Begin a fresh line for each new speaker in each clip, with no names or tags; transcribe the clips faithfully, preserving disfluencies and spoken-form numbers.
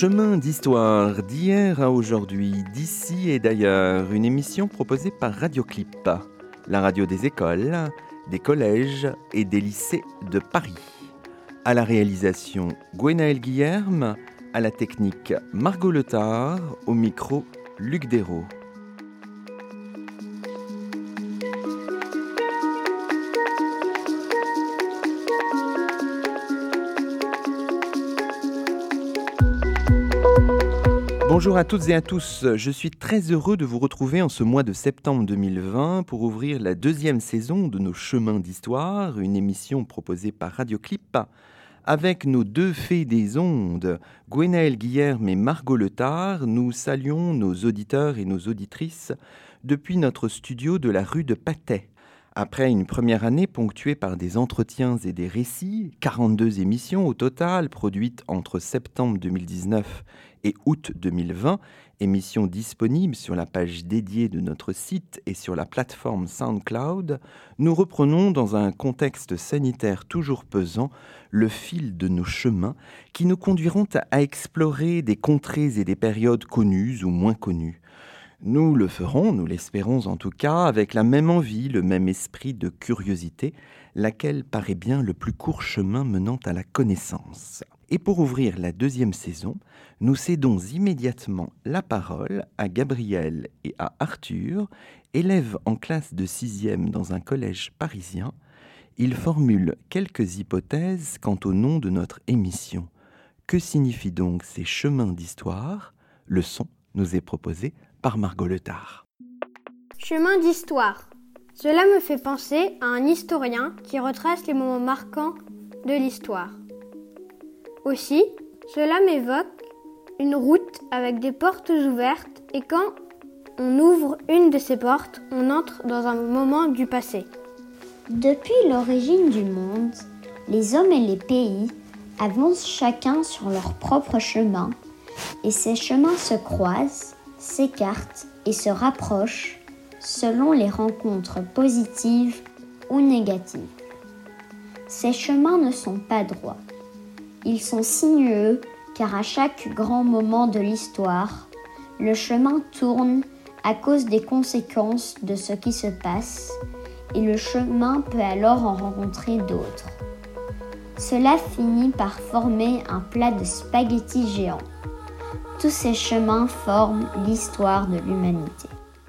Chemin d'histoire, d'hier à aujourd'hui, d'ici et d'ailleurs, une émission proposée par Radioclip, la radio des écoles, des collèges et des lycées de Paris. À la réalisation, Gwenaël Guillerme, à la technique, Margot Letard, au micro, Luc Dérault. Bonjour à toutes et à tous, je suis très heureux de vous retrouver en ce mois de septembre deux mille vingt pour ouvrir la deuxième saison de nos Chemins d'Histoire, une émission proposée par Radioclip, avec nos deux fées des ondes, Gwenaël Guillerme et Margot Letard. Nous saluons nos auditeurs et nos auditrices depuis notre studio de la rue de Patay. Après une première année ponctuée par des entretiens et des récits, quarante-deux émissions au total produites entre septembre deux mille dix-neuf et août deux mille vingt, émissions disponibles sur la page dédiée de notre site et sur la plateforme SoundCloud, nous reprenons dans un contexte sanitaire toujours pesant le fil de nos chemins qui nous conduiront à explorer des contrées et des périodes connues ou moins connues. Nous le ferons, nous l'espérons en tout cas, avec la même envie, le même esprit de curiosité, laquelle paraît bien le plus court chemin menant à la connaissance. Et pour ouvrir la deuxième saison, nous cédons immédiatement la parole à Gabriel et à Arthur, élèves en classe de sixième dans un collège parisien. Ils formulent quelques hypothèses quant au nom de notre émission. Que signifient donc ces chemins d'histoire ? Le son nous est proposé par Margot Letard.
Chemin d'histoire. Cela me fait penser à un historien qui retrace les moments marquants de l'histoire. Aussi, cela m'évoque une route avec des portes ouvertes et quand on ouvre une de ces portes, on entre dans un moment du passé.
Depuis l'origine du monde, les hommes et les pays avancent chacun sur leur propre chemin et ces chemins se croisent, s'écartent et se rapprochent selon les rencontres positives ou négatives. Ces chemins ne sont pas droits. Ils sont sinueux car à chaque grand moment de l'histoire, le chemin tourne à cause des conséquences de ce qui se passe et le chemin peut alors en rencontrer d'autres. Cela finit par former un plat de spaghettis géant. Tous ces chemins forment l'histoire de l'humanité.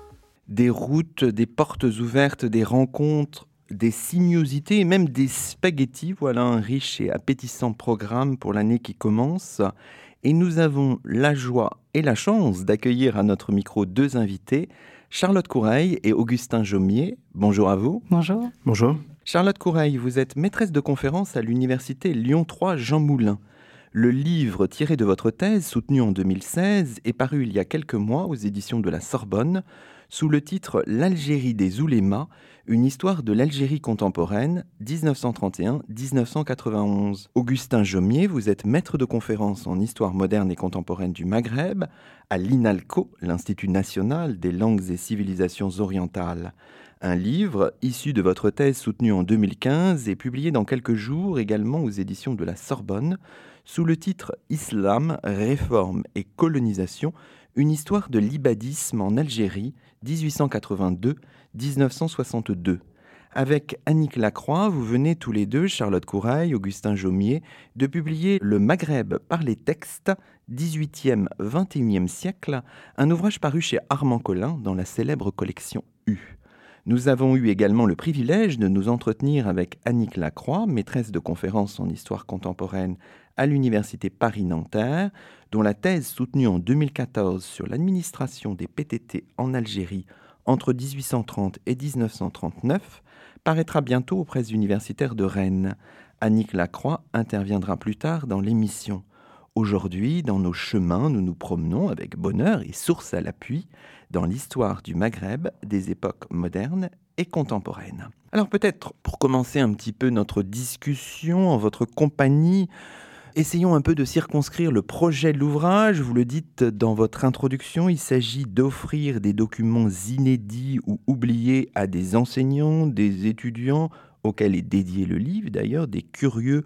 Des routes, des portes ouvertes, des rencontres, des sinuosités et même des spaghettis. Voilà un riche et appétissant programme pour l'année qui commence. Et nous avons la joie et la chance d'accueillir à notre micro deux invités, Charlotte Coureil et Augustin Jaumier. Bonjour à vous.
Bonjour.
Bonjour.
Charlotte Coureil, vous êtes maîtresse de conférence à l'université Lyon trois Jean Moulin. Le livre tiré de votre thèse, soutenu en deux mille seize, est paru il y a quelques mois aux éditions de la Sorbonne, sous le titre « L'Algérie des oulémas, une histoire de l'Algérie contemporaine, dix-neuf cent trente et un à dix-neuf cent quatre-vingt-onze ». Augustin Jaumier, vous êtes maître de conférence en histoire moderne et contemporaine du Maghreb, à l'INALCO, l'Institut national des langues et civilisations orientales. Un livre, issu de votre thèse soutenue en deux mille quinze, est publié dans quelques jours également aux éditions de la Sorbonne, sous le titre « Islam, réforme et colonisation, une histoire de l'ibadisme en Algérie, dix-huit cent quatre-vingt-deux à dix-neuf cent soixante-deux ». Avec Annick Lacroix, vous venez tous les deux, Charlotte Coureil, Augustin Jaumier, de publier Le Maghreb par les textes, dix-huitième à vingt et unième siècle, un ouvrage paru chez Armand Collin dans la célèbre collection U. Nous avons eu également le privilège de nous entretenir avec Annick Lacroix, maîtresse de conférence en histoire contemporaine à l'Université Paris-Nanterre, dont la thèse soutenue en deux mille quatorze sur l'administration des P T T en Algérie entre dix-huit cent trente et dix-neuf cent trente-neuf paraîtra bientôt aux presses universitaires de Rennes. Annick Lacroix interviendra plus tard dans l'émission. Aujourd'hui, dans nos chemins, nous nous promenons avec bonheur et source à l'appui dans l'histoire du Maghreb des époques modernes et contemporaines. Alors peut-être, pour commencer un petit peu notre discussion en votre compagnie, essayons un peu de circonscrire le projet de l'ouvrage. Vous le dites dans votre introduction, il s'agit d'offrir des documents inédits ou oubliés à des enseignants, des étudiants, auxquels est dédié le livre d'ailleurs, des curieux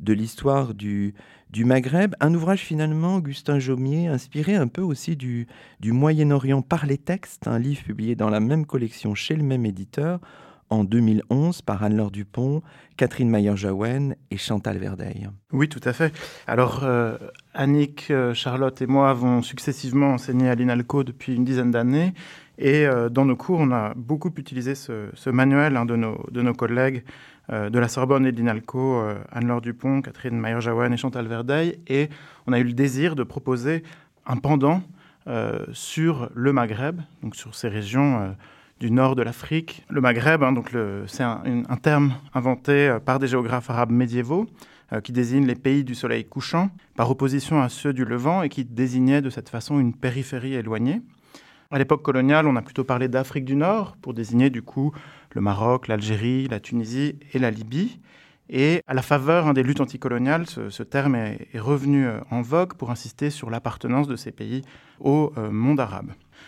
de l'histoire du, du Maghreb. Un ouvrage finalement, Augustin Jaumier, inspiré un peu aussi du, du Moyen-Orient par les textes, un livre publié dans la même collection chez le même éditeur en deux mille onze par Anne-Laure Dupont, Catherine Mayer-Jaouen et Chantal Verdeil.
Oui, tout à fait. Alors, euh, Annick, euh, Charlotte et moi avons successivement enseigné à l'INALCO depuis une dizaine d'années. Et euh, dans nos cours, on a beaucoup utilisé ce, ce manuel hein, de, nos, de nos collègues euh, de la Sorbonne et de l'INALCO, euh, Anne-Laure Dupont, Catherine Mayer-Jaouen et Chantal Verdeil. Et on a eu le désir de proposer un pendant euh, sur le Maghreb, donc sur ces régions euh, du nord de l'Afrique. Le Maghreb, hein, donc le, c'est un, une, un terme inventé euh, par des géographes arabes médiévaux euh, qui désigne les pays du soleil couchant, par opposition à ceux du Levant, et qui désignait de cette façon une périphérie éloignée. À l'époque coloniale, on a plutôt parlé d'Afrique du Nord pour désigner du coup le Maroc, l'Algérie, la Tunisie et la Libye. Et à la faveur hein, des luttes anticoloniales, ce, ce terme est, est revenu euh, en vogue pour insister sur l'appartenance de ces pays au euh, monde arabe.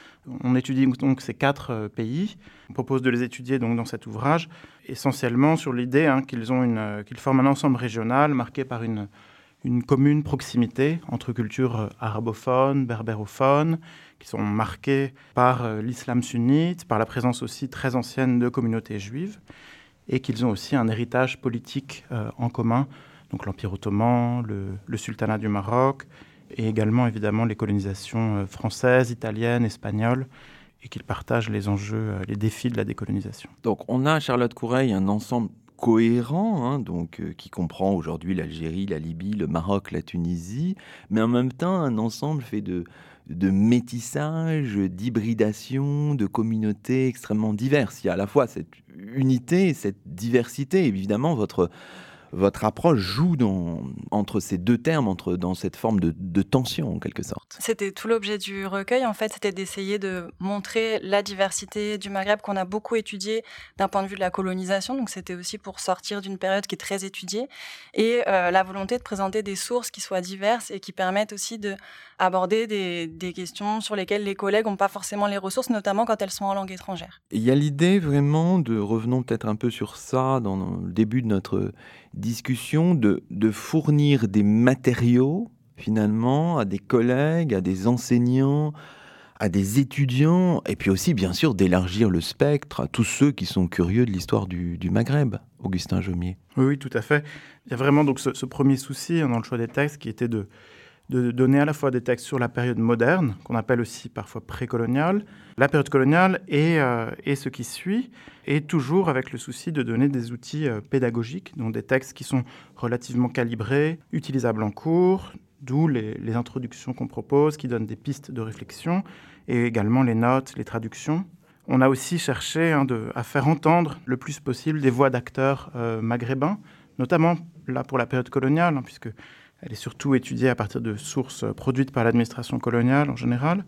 On étudie donc ces quatre euh, pays. On propose de les étudier donc dans cet ouvrage, essentiellement sur l'idée hein, qu'ils, ont une, euh, qu'ils forment un ensemble régional marqué par une, une commune proximité entre cultures euh, arabophones, berbérophones, qui sont marquées par euh, l'islam sunnite, par la présence aussi très ancienne de communautés juives, et qu'ils ont aussi un héritage politique euh, en commun, donc l'Empire ottoman, le, le sultanat du Maroc, et également évidemment les colonisations françaises, italiennes, espagnoles, et qu'ils partagent les enjeux, les défis de la décolonisation.
Donc on a, Charlotte Coureil, un ensemble cohérent, hein, donc, euh, qui comprend aujourd'hui l'Algérie, la Libye, le Maroc, la Tunisie, mais en même temps un ensemble fait de, de métissage, d'hybridation, de communautés extrêmement diverses. Il y a à la fois cette unité et cette diversité. Évidemment, votre... Votre approche joue dans, entre ces deux termes, entre, dans cette forme de, de tension, en quelque sorte.
C'était tout l'objet du recueil, en fait, c'était d'essayer de montrer la diversité du Maghreb qu'on a beaucoup étudié d'un point de vue de la colonisation. Donc, c'était aussi pour sortir d'une période qui est très étudiée. Et euh, la volonté de présenter des sources qui soient diverses et qui permettent aussi d'aborder des, des questions sur lesquelles les collègues n'ont pas forcément les ressources, notamment quand elles sont en langue étrangère.
Il y a l'idée vraiment de, revenons peut-être un peu sur ça dans le début de notre discussion, de, de fournir des matériaux finalement à des collègues, à des enseignants, à des étudiants, et puis aussi bien sûr d'élargir le spectre à tous ceux qui sont curieux de l'histoire du, du Maghreb. Augustin Jaumier.
Oui, oui, tout à fait. Il y a vraiment donc ce, ce premier souci hein, dans le choix des textes qui était de, de donner à la fois des textes sur la période moderne, qu'on appelle aussi parfois précoloniale, la période coloniale et, euh, et ce qui suit, et toujours avec le souci de donner des outils euh, pédagogiques, donc des textes qui sont relativement calibrés, utilisables en cours, d'où les, les introductions qu'on propose, qui donnent des pistes de réflexion, et également les notes, les traductions. On a aussi cherché hein, de, à faire entendre le plus possible des voix d'acteurs euh, maghrébins, notamment là pour la période coloniale, hein, puisque elle est surtout étudiée à partir de sources produites par l'administration coloniale en général,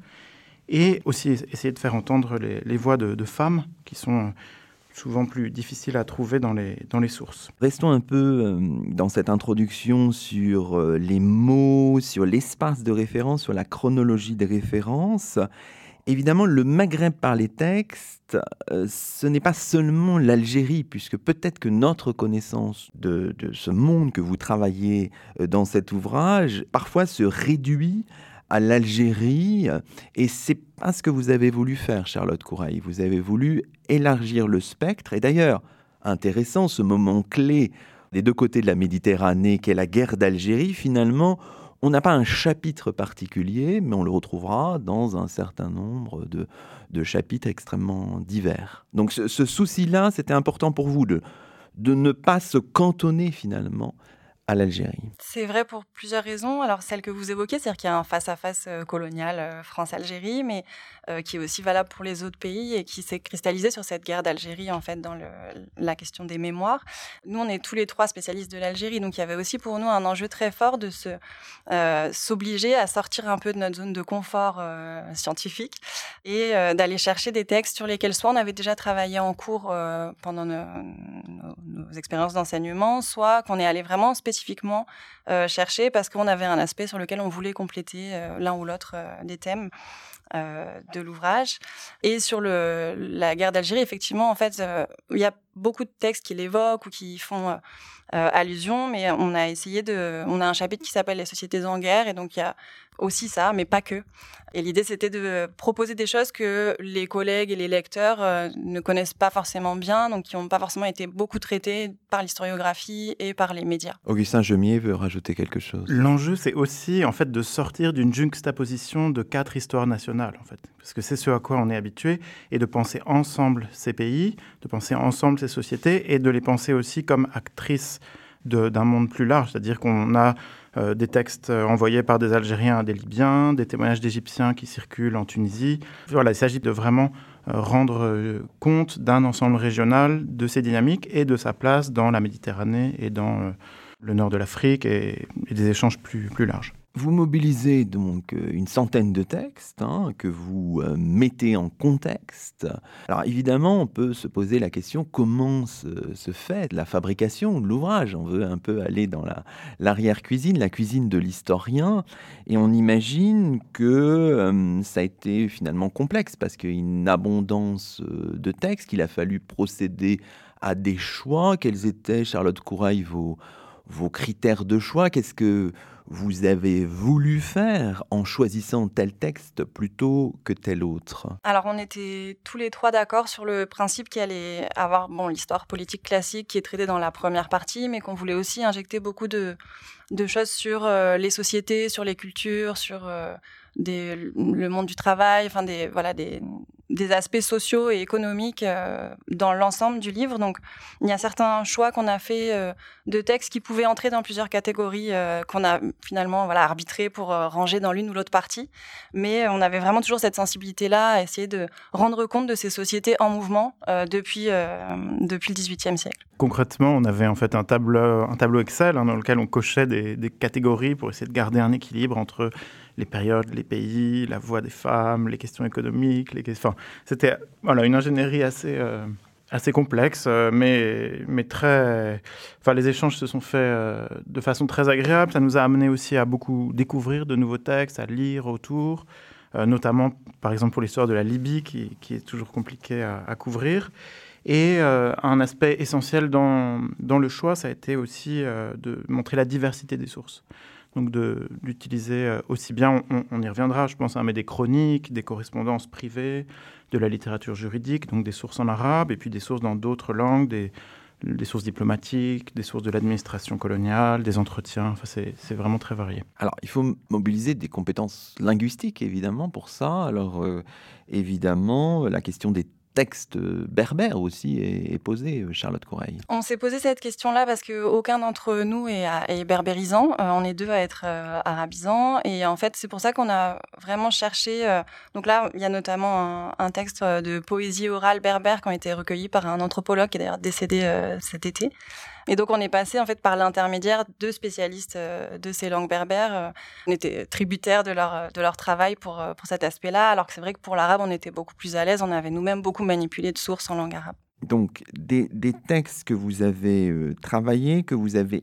et aussi essayer de faire entendre les, les voix de, de femmes qui sont souvent plus difficiles à trouver dans les, dans les sources.
Restons un peu euh, dans cette introduction sur euh, les mots, sur l'espace de référence, sur la chronologie des références. Évidemment, le Maghreb par les textes, euh, ce n'est pas seulement l'Algérie, puisque peut-être que notre connaissance de, de ce monde que vous travaillez euh, dans cet ouvrage, parfois se réduit à l'Algérie, et c'est pas ce que vous avez voulu faire, Charlotte Coureil. Vous avez voulu élargir le spectre, et d'ailleurs, intéressant, ce moment clé des deux côtés de la Méditerranée, qu'est la guerre d'Algérie, finalement, on n'a pas un chapitre particulier, mais on le retrouvera dans un certain nombre de, de chapitres extrêmement divers. Donc ce, ce souci-là, c'était important pour vous de, de ne pas se cantonner finalement à l'Algérie.
C'est vrai pour plusieurs raisons. Alors, celle que vous évoquez, c'est-à-dire qu'il y a un face-à-face euh, colonial euh, France-Algérie, mais euh, qui est aussi valable pour les autres pays et qui s'est cristallisé sur cette guerre d'Algérie, en fait, dans le, la question des mémoires. Nous, on est tous les trois spécialistes de l'Algérie, donc il y avait aussi pour nous un enjeu très fort de se, euh, s'obliger à sortir un peu de notre zone de confort euh, scientifique et euh, d'aller chercher des textes sur lesquels soit on avait déjà travaillé en cours euh, pendant nos, nos, nos expériences d'enseignement, soit qu'on est allé vraiment spécifiquement spécifiquement euh, chercher parce qu'on avait un aspect sur lequel on voulait compléter euh, l'un ou l'autre euh, des thèmes. euh, de l'ouvrage. Et sur le, la guerre d'Algérie, effectivement, en fait, euh, il y a beaucoup de textes qui l'évoquent ou qui font euh, euh, allusion, mais on a essayé de... On a un chapitre qui s'appelle « Les sociétés en guerre », et donc il y a aussi ça, mais pas que. Et l'idée, c'était de proposer des choses que les collègues et les lecteurs euh, ne connaissent pas forcément bien, donc qui n'ont pas forcément été beaucoup traités par l'historiographie et par les médias.
Augustin Gemier veut rajouter quelque chose.
L'enjeu, c'est aussi en fait de sortir d'une juxtaposition de quatre histoires nationales, en fait, parce que c'est ce à quoi on est habitué, et de penser ensemble ces pays, de penser ensemble ces sociétés, et de les penser aussi comme actrices de, d'un monde plus large, c'est-à-dire qu'on a Euh, des textes envoyés par des Algériens à des Libyens, des témoignages d'Égyptiens qui circulent en Tunisie. Voilà, il s'agit de vraiment euh, rendre euh, compte d'un ensemble régional, de ses dynamiques et de sa place dans la Méditerranée et dans euh, le nord de l'Afrique et, et des échanges plus, plus larges.
Vous mobilisez donc une centaine de textes hein, que vous euh, mettez en contexte. Alors évidemment, on peut se poser la question comment se, se fait la fabrication de l'ouvrage. On veut un peu aller dans la, l'arrière-cuisine, la cuisine de l'historien, et on imagine que euh, ça a été finalement complexe parce qu'il y a une abondance de textes, qu'il a fallu procéder à des choix. Quels étaient, Charlotte Couraille, vos, vos critères de choix? Qu'est-ce que vous avez voulu faire en choisissant tel texte plutôt que tel autre?
Alors, on était tous les trois d'accord sur le principe qu'il allait avoir bon, l'histoire politique classique qui est traitée dans la première partie, mais qu'on voulait aussi injecter beaucoup de, de choses sur euh, les sociétés, sur les cultures, sur euh, des, le monde du travail, enfin des, voilà, des, des aspects sociaux et économiques euh, dans l'ensemble du livre. Donc, il y a certains choix qu'on a fait euh, de textes qui pouvaient entrer dans plusieurs catégories euh, qu'on a finalement voilà, arbitrées pour euh, ranger dans l'une ou l'autre partie. Mais on avait vraiment toujours cette sensibilité-là à essayer de rendre compte de ces sociétés en mouvement euh, depuis, euh, depuis le dix-huitième siècle.
Concrètement, on avait en fait un tableau, un tableau Excel hein, dans lequel on cochait des, des catégories pour essayer de garder un équilibre entre les périodes, les pays, la voix des femmes, les questions économiques. Les... Enfin, c'était voilà, une ingénierie assez, euh, assez complexe, euh, mais, mais très... Enfin, les échanges se sont faits euh, de façon très agréable. Ça nous a amené aussi à beaucoup découvrir de nouveaux textes, à lire autour, euh, notamment, par exemple, pour l'histoire de la Libye, qui, qui est toujours compliquée à, à couvrir. Et euh, un aspect essentiel dans, dans le choix, ça a été aussi euh, de montrer la diversité des sources. Donc de, d'utiliser euh, aussi bien, on, on y reviendra, je pense, hein, mais des chroniques, des correspondances privées, de la littérature juridique, donc des sources en arabe, et puis des sources dans d'autres langues, des, des sources diplomatiques, des sources de l'administration coloniale, des entretiens, enfin, c'est, c'est vraiment très varié.
Alors, il faut mobiliser des compétences linguistiques, évidemment, pour ça. Alors, euh, évidemment, la question des texte berbère aussi est, est posé, Charlotte Couraille.
On s'est posé cette question-là parce qu'aucun d'entre nous est, est berbérisant. Euh, on est deux à être euh, arabisants. Et en fait, c'est pour ça qu'on a vraiment cherché... Euh, donc là, il y a notamment un, un texte de poésie orale berbère qui a été recueilli par un anthropologue qui est d'ailleurs décédé euh, cet été. Et donc, on est passé en fait par l'intermédiaire de spécialistes euh, de ces langues berbères. Euh, on était tributaires de leur, de leur travail pour, pour cet aspect-là, alors que c'est vrai que pour l'arabe, on était beaucoup plus à l'aise. On avait nous-mêmes beaucoup manipulé de sources en langue arabe.
Donc, des, des textes que vous avez euh, travaillés, que vous avez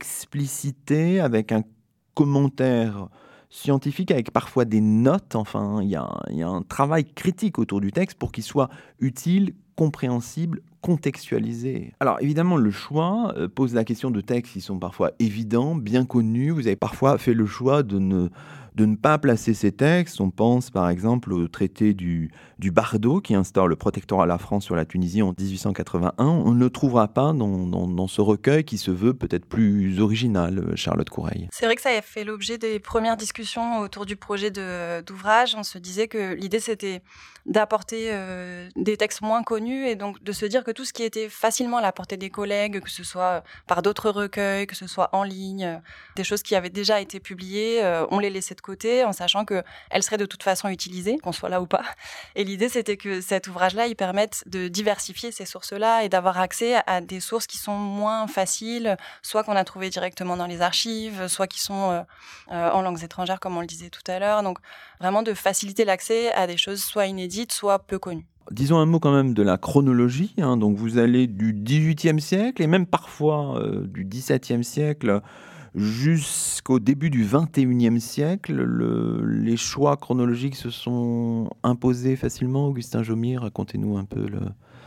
explicités avec un commentaire scientifique, avec parfois des notes. Enfin, il y a, y a un travail critique autour du texte pour qu'il soit utile, compréhensible, contextualisé. Alors évidemment, le choix euh, pose la question de textes qui sont parfois évidents, bien connus. Vous avez parfois fait le choix de ne, de ne pas placer ces textes. On pense par exemple au traité du, du Bardo qui instaure le protectorat de la France sur la Tunisie en dix-huit cent quatre-vingt-un. On ne le trouvera pas dans, dans, dans ce recueil qui se veut peut-être plus original, Charlotte Couraille.
C'est vrai que ça a fait l'objet des premières discussions autour du projet de, d'ouvrage. On se disait que l'idée c'était d'apporter euh, des textes moins connus et donc de se dire que tout ce qui était facilement à la portée des collègues, que ce soit par d'autres recueils, que ce soit en ligne, des choses qui avaient déjà été publiées, euh, on les laissait de côté en sachant qu'elles seraient de toute façon utilisées, qu'on soit là ou pas. Et l'idée, c'était que cet ouvrage-là, il permette de diversifier ces sources-là et d'avoir accès à des sources qui sont moins faciles, soit qu'on a trouvées directement dans les archives, soit qui sont euh, euh, en langues étrangères, comme on le disait tout à l'heure. Donc, vraiment de faciliter l'accès à des choses soit inédites, soit peu connues.
Disons un mot quand même de la chronologie. Hein. Donc vous allez du dix-huitième siècle et même parfois euh, du dix-septième siècle jusqu'au début du vingt et unième siècle, le, les choix chronologiques se sont imposés facilement. Augustin Jaumier, racontez-nous un peu le,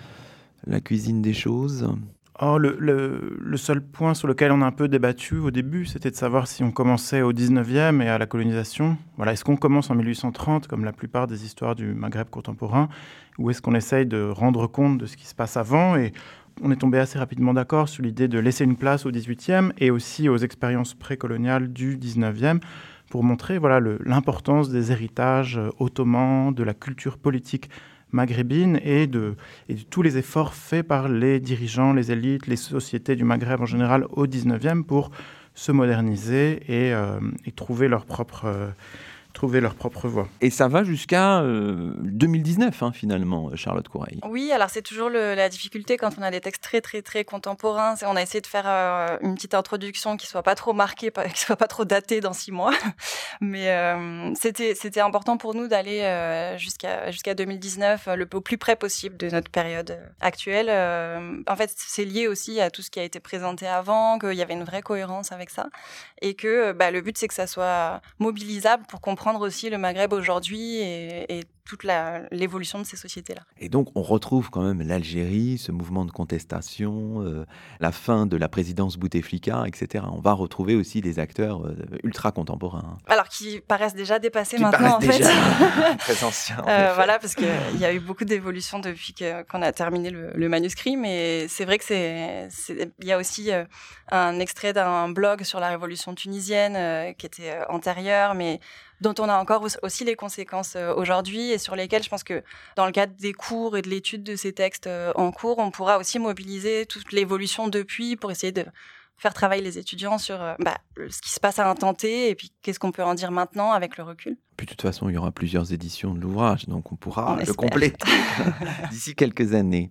la cuisine des choses.
Oh, le, le, le seul point sur lequel on a un peu débattu au début, c'était de savoir si on commençait au dix-neuvième et à la colonisation. Voilà, est-ce qu'on commence en mille huit cent trente, comme la plupart des histoires du Maghreb contemporain, ou est-ce qu'on essaye de rendre compte de ce qui se passe avant ? Et on est tombé assez rapidement d'accord sur l'idée de laisser une place au dix-huitième et aussi aux expériences précoloniales du dix-neuvième pour montrer voilà, le, l'importance des héritages ottomans, de la culture politique maghrébine et de, et de tous les efforts faits par les dirigeants, les élites, les sociétés du Maghreb en général au dix-neuvième pour se moderniser et, euh, et trouver leur propre... Euh, trouver leur propre voie.
Et ça va jusqu'à euh, deux mille dix-neuf, hein, finalement, Charlotte Courail.
Oui, alors c'est toujours le, la difficulté quand on a des textes très, très, très contemporains. C'est, on a essayé de faire euh, une petite introduction qui soit pas trop marquée, qui soit pas trop datée dans six mois. Mais euh, c'était, c'était important pour nous d'aller euh, jusqu'à, jusqu'à deux mille dix-neuf, le, au plus près possible de notre période actuelle. Euh, en fait, c'est lié aussi à tout ce qui a été présenté avant, qu'il y avait une vraie cohérence avec ça. Et que bah, le but, c'est que ça soit mobilisable pour comprendre aussi le Maghreb aujourd'hui et, et toute la, l'évolution de ces sociétés-là.
Et donc, on retrouve quand même l'Algérie, ce mouvement de contestation, euh, la fin de la présidence Bouteflika, et cetera. On va retrouver aussi des acteurs euh, ultra contemporains.
Alors, qui paraissent déjà dépassés
qui
maintenant, en
déjà
fait.
Très anciens.
Euh, voilà, parce qu'il y a eu beaucoup d'évolutions depuis que, qu'on a terminé le, le manuscrit, mais c'est vrai que c'est, c'est, il y a aussi euh, un extrait d'un blog sur la révolution tunisienne euh, qui était euh, antérieur, mais dont on a encore aussi les conséquences aujourd'hui et sur lesquelles je pense que dans le cadre des cours et de l'étude de ces textes en cours, on pourra aussi mobiliser toute l'évolution depuis pour essayer de faire travailler les étudiants sur bah, ce qui se passe à un temps T et puis qu'est-ce qu'on peut en dire maintenant avec le recul.
Puis de toute façon, il y aura plusieurs éditions de l'ouvrage, donc on pourra
on
le
espère.
compléter d'ici quelques années.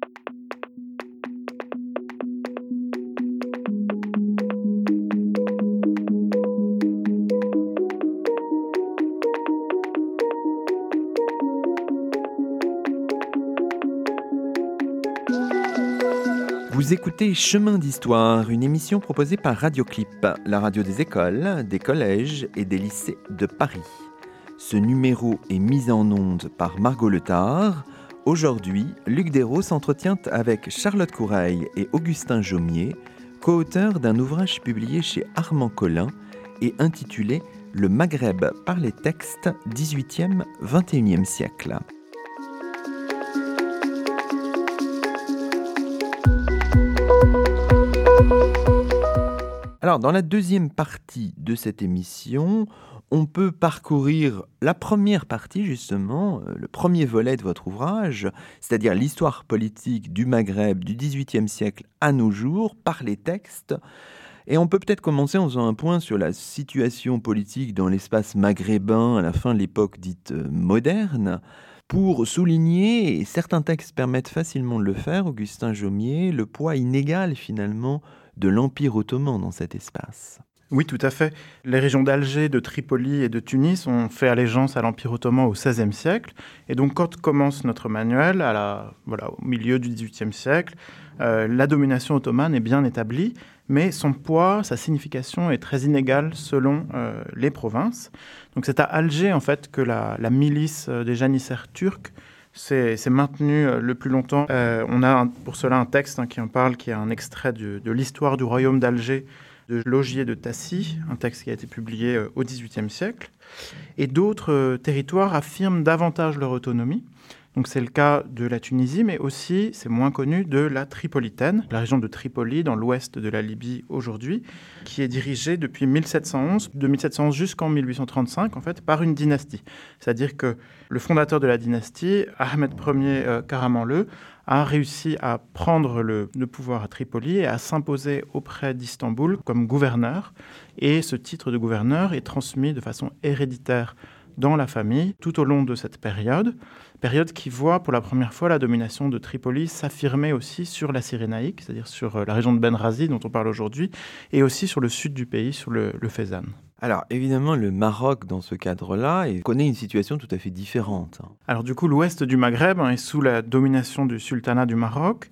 Vous écoutez Chemin d'Histoire, une émission proposée par Radioclip, la radio des écoles, des collèges et des lycées de Paris. Ce numéro est mis en onde par Margot Letard. Aujourd'hui, Luc Dérault s'entretient avec Charlotte Courail et Augustin Jaumier, co-auteurs d'un ouvrage publié chez Armand Collin et intitulé « Le Maghreb par les textes dix-huitième vingt et unième siècle ». Alors, dans la deuxième partie de cette émission, on peut parcourir la première partie, justement, le premier volet de votre ouvrage, c'est-à-dire l'histoire politique du Maghreb du dix-huitième siècle à nos jours, par les textes. Et on peut peut-être commencer en faisant un point sur la situation politique dans l'espace maghrébin à la fin de l'époque dite moderne. Pour souligner, et certains textes permettent facilement de le faire, Augustin Jaumier, le poids inégal finalement de l'Empire ottoman dans cet espace.
Oui, tout à fait. Les régions d'Alger, de Tripoli et de Tunis ont fait allégeance à l'Empire ottoman au seizième siècle. Et donc, quand commence notre manuel, à la, voilà, au milieu du dix-huitième siècle, euh, la domination ottomane est bien établie, mais son poids, sa signification est très inégale selon euh, les provinces. Donc, c'est à Alger, en fait, que la, la milice des janissaires turcs C'est, c'est maintenu le plus longtemps. Euh, on a un, pour cela un texte hein, qui en parle, qui est un extrait de, de l'histoire du royaume d'Alger de Logier de Tassi, un texte qui a été publié euh, au dix-huitième siècle. Et d'autres euh, territoires affirment davantage leur autonomie. Donc c'est le cas de la Tunisie, mais aussi, c'est moins connu, de la Tripolitaine, la région de Tripoli, dans l'ouest de la Libye aujourd'hui, qui est dirigée depuis mille sept cent onze, de mille sept cent onze jusqu'en mille huit cent trente-cinq, en fait, par une dynastie. C'est-à-dire que le fondateur de la dynastie, Ahmed Ier euh, Karamanlë, a réussi à prendre le, le pouvoir à Tripoli et à s'imposer auprès d'Istanbul comme gouverneur. Et ce titre de gouverneur est transmis de façon héréditaire dans la famille tout au long de cette période, période qui voit pour la première fois la domination de Tripoli s'affirmer aussi sur la Cyrénaïque, c'est-à-dire sur la région de Benghazi dont on parle aujourd'hui, et aussi sur le sud du pays, sur le, le Fezzan.
Alors évidemment, le Maroc, dans ce cadre-là, connaît une situation tout à fait différente.
Alors du coup, l'ouest du Maghreb hein, est sous la domination du sultanat du Maroc.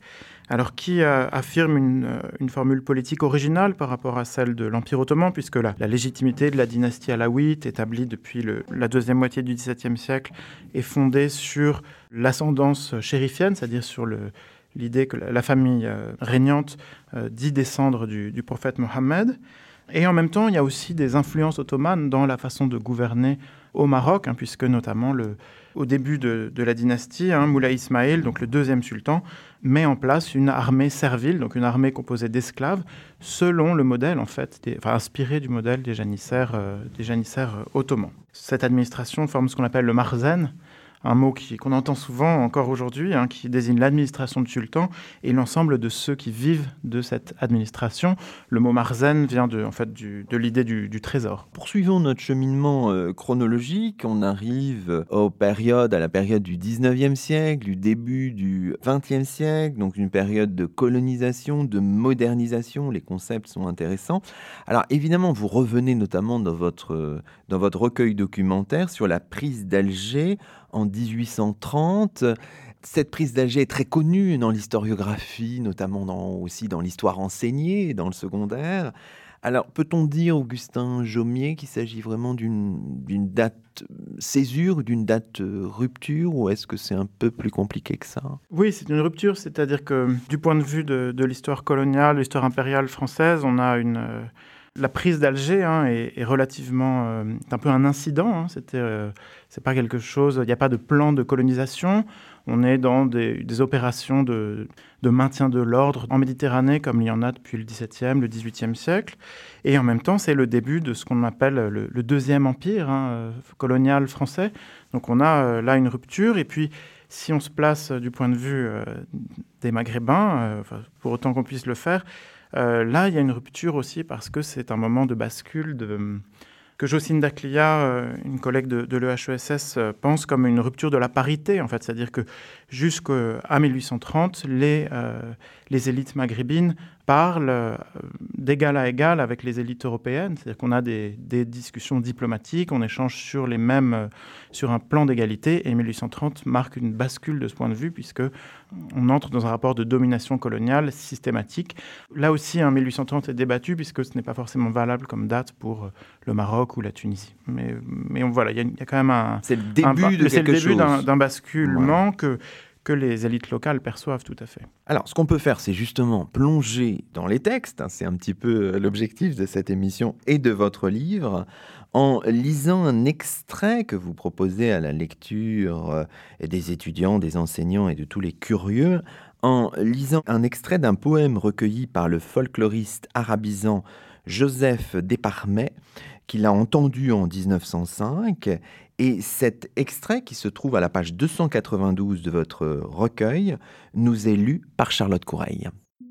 alors qui euh, affirme une, euh, une formule politique originale par rapport à celle de l'Empire ottoman, puisque la, la légitimité de la dynastie alaouite, établie depuis le, la deuxième moitié du dix-septième siècle, est fondée sur l'ascendance chérifienne, c'est-à-dire sur le, l'idée que la, la famille euh, régnante euh, dit descendre du, du prophète Mohammed. Et en même temps, il y a aussi des influences ottomanes dans la façon de gouverner au Maroc, hein, puisque notamment le, au début de, de la dynastie, hein, Moulay Ismaïl, donc le deuxième sultan, met en place une armée servile, donc une armée composée d'esclaves, selon le modèle, en fait, des, enfin, inspiré du modèle des janissaires, euh, des janissaires euh, ottomans. Cette administration forme ce qu'on appelle le marzen, un mot qui, qu'on entend souvent encore aujourd'hui, hein, qui désigne l'administration du sultan et l'ensemble de ceux qui vivent de cette administration. Le mot marzen vient de, en fait, du, de l'idée du, du trésor.
Poursuivons notre cheminement euh, chronologique. On arrive aux périodes, à la période du dix-neuvième siècle, du début du vingtième siècle, donc une période de colonisation, de modernisation. Les concepts sont intéressants. Alors évidemment, vous revenez notamment dans votre, euh, dans votre recueil documentaire sur la prise d'Alger en dix-huit cent trente. Cette prise d'Alger est très connue dans l'historiographie, notamment dans, aussi dans l'histoire enseignée, dans le secondaire. Alors, peut-on dire, Augustin Jaumier, qu'il s'agit vraiment d'une, d'une date césure, d'une date rupture, ou est-ce que c'est un peu plus compliqué que ça ?
Oui, c'est une rupture, c'est-à-dire que du point de vue de, de l'histoire coloniale, l'histoire impériale française, on a une... Euh, la prise d'Alger hein, est, est relativement... Euh, c'est un peu un incident, hein, c'était, euh, c'est pas quelque chose... Il n'y a pas de plan de colonisation. On est dans des, des opérations de, de maintien de l'ordre en Méditerranée, comme il y en a depuis le dix-septième, le dix-huitième siècle. Et en même temps, c'est le début de ce qu'on appelle le, le deuxième empire hein, colonial français. Donc on a euh, là une rupture. Et puis, si on se place du point de vue euh, des Maghrébins, euh, enfin, pour autant qu'on puisse le faire, euh, là, il y a une rupture aussi parce que c'est un moment de bascule de... que Jocelyne Daclia, une collègue de, de l'E H E S S, pense comme une rupture de la parité, en fait. C'est-à-dire que jusqu'à mille huit cent trente, les, euh, les élites maghrébines parlent euh, d'égal à égal avec les élites européennes. C'est-à-dire qu'on a des, des discussions diplomatiques, on échange sur, les mêmes, euh, sur un plan d'égalité. Et mille huit cent trente marque une bascule de ce point de vue, puisqu'on entre dans un rapport de domination coloniale systématique. Là aussi, hein, mille huit cent trente est débattu, puisque ce n'est pas forcément valable comme date pour le Maroc ou la Tunisie. Mais, mais on, voilà, il y, y a quand même un...
C'est le début
un,
de
c'est
quelque
le début
chose.
d'un, d'un basculement
ouais.
que, que les élites locales perçoivent tout à fait.
Alors, ce qu'on peut faire, c'est justement plonger dans les textes. Hein, c'est un petit peu l'objectif de cette émission et de votre livre, en lisant un extrait que vous proposez à la lecture euh, des étudiants, des enseignants et de tous les curieux, en lisant un extrait d'un poème recueilli par le folkloriste arabisant Joseph Desparmet, qu'il a entendu en dix-neuf cent cinq. Et cet extrait, qui se trouve à la page deux cent quatre-vingt-douze de votre recueil, nous est lu par Charlotte Coureil.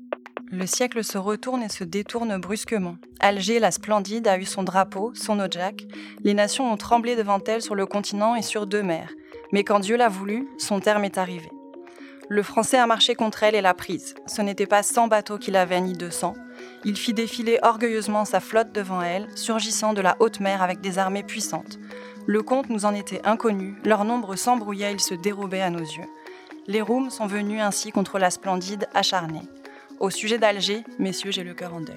Le siècle se retourne et se détourne brusquement. Alger, la splendide, a eu son drapeau, son Odjak. Les nations ont tremblé devant elle sur le continent et sur deux mers. Mais quand Dieu l'a voulu, son terme est arrivé. Le Français a marché contre elle et l'a prise. Ce n'était pas cent bateaux qu'il avait, ni deux cents. Il fit défiler orgueilleusement sa flotte devant elle, surgissant de la haute mer avec des armées puissantes. Le compte nous en était inconnu, leur nombre s'embrouillait, ils se dérobaient à nos yeux. Les Roums sont venus ainsi contre la splendide acharnée. Au sujet d'Alger, messieurs, j'ai le cœur en deuil.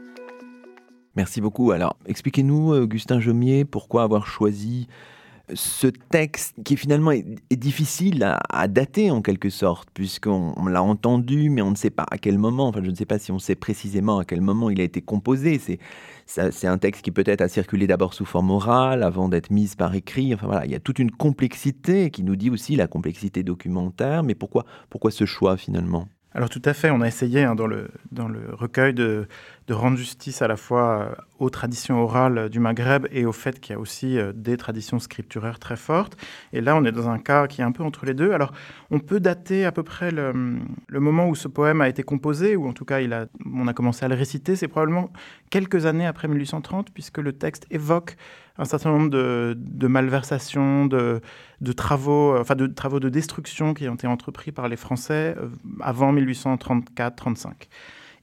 Merci beaucoup. Alors, expliquez-nous, Augustin Jaumier, pourquoi avoir choisi ce texte qui finalement est, est difficile à, à dater en quelque sorte, puisqu'on on l'a entendu, mais on ne sait pas à quel moment, enfin je ne sais pas si on sait précisément à quel moment il a été composé. C'est, ça, c'est un texte qui peut-être a circulé d'abord sous forme orale avant d'être mis par écrit. Enfin voilà, il y a toute une complexité qui nous dit aussi la complexité documentaire, mais pourquoi, pourquoi ce choix finalement ?
Alors tout à fait, on a essayé hein, dans, le, dans le recueil de, de rendre justice à la fois aux traditions orales du Maghreb et au fait qu'il y a aussi euh, des traditions scripturaires très fortes. Et là, on est dans un cas qui est un peu entre les deux. Alors, on peut dater à peu près le, le moment où ce poème a été composé, ou en tout cas, il a, on a commencé à le réciter. C'est probablement quelques années après mille huit cent trente, puisque le texte évoque un certain nombre de, de malversations, de, de, travaux, enfin de travaux de destruction qui ont été entrepris par les Français avant mille huit cent trente-quatre trente-cinq.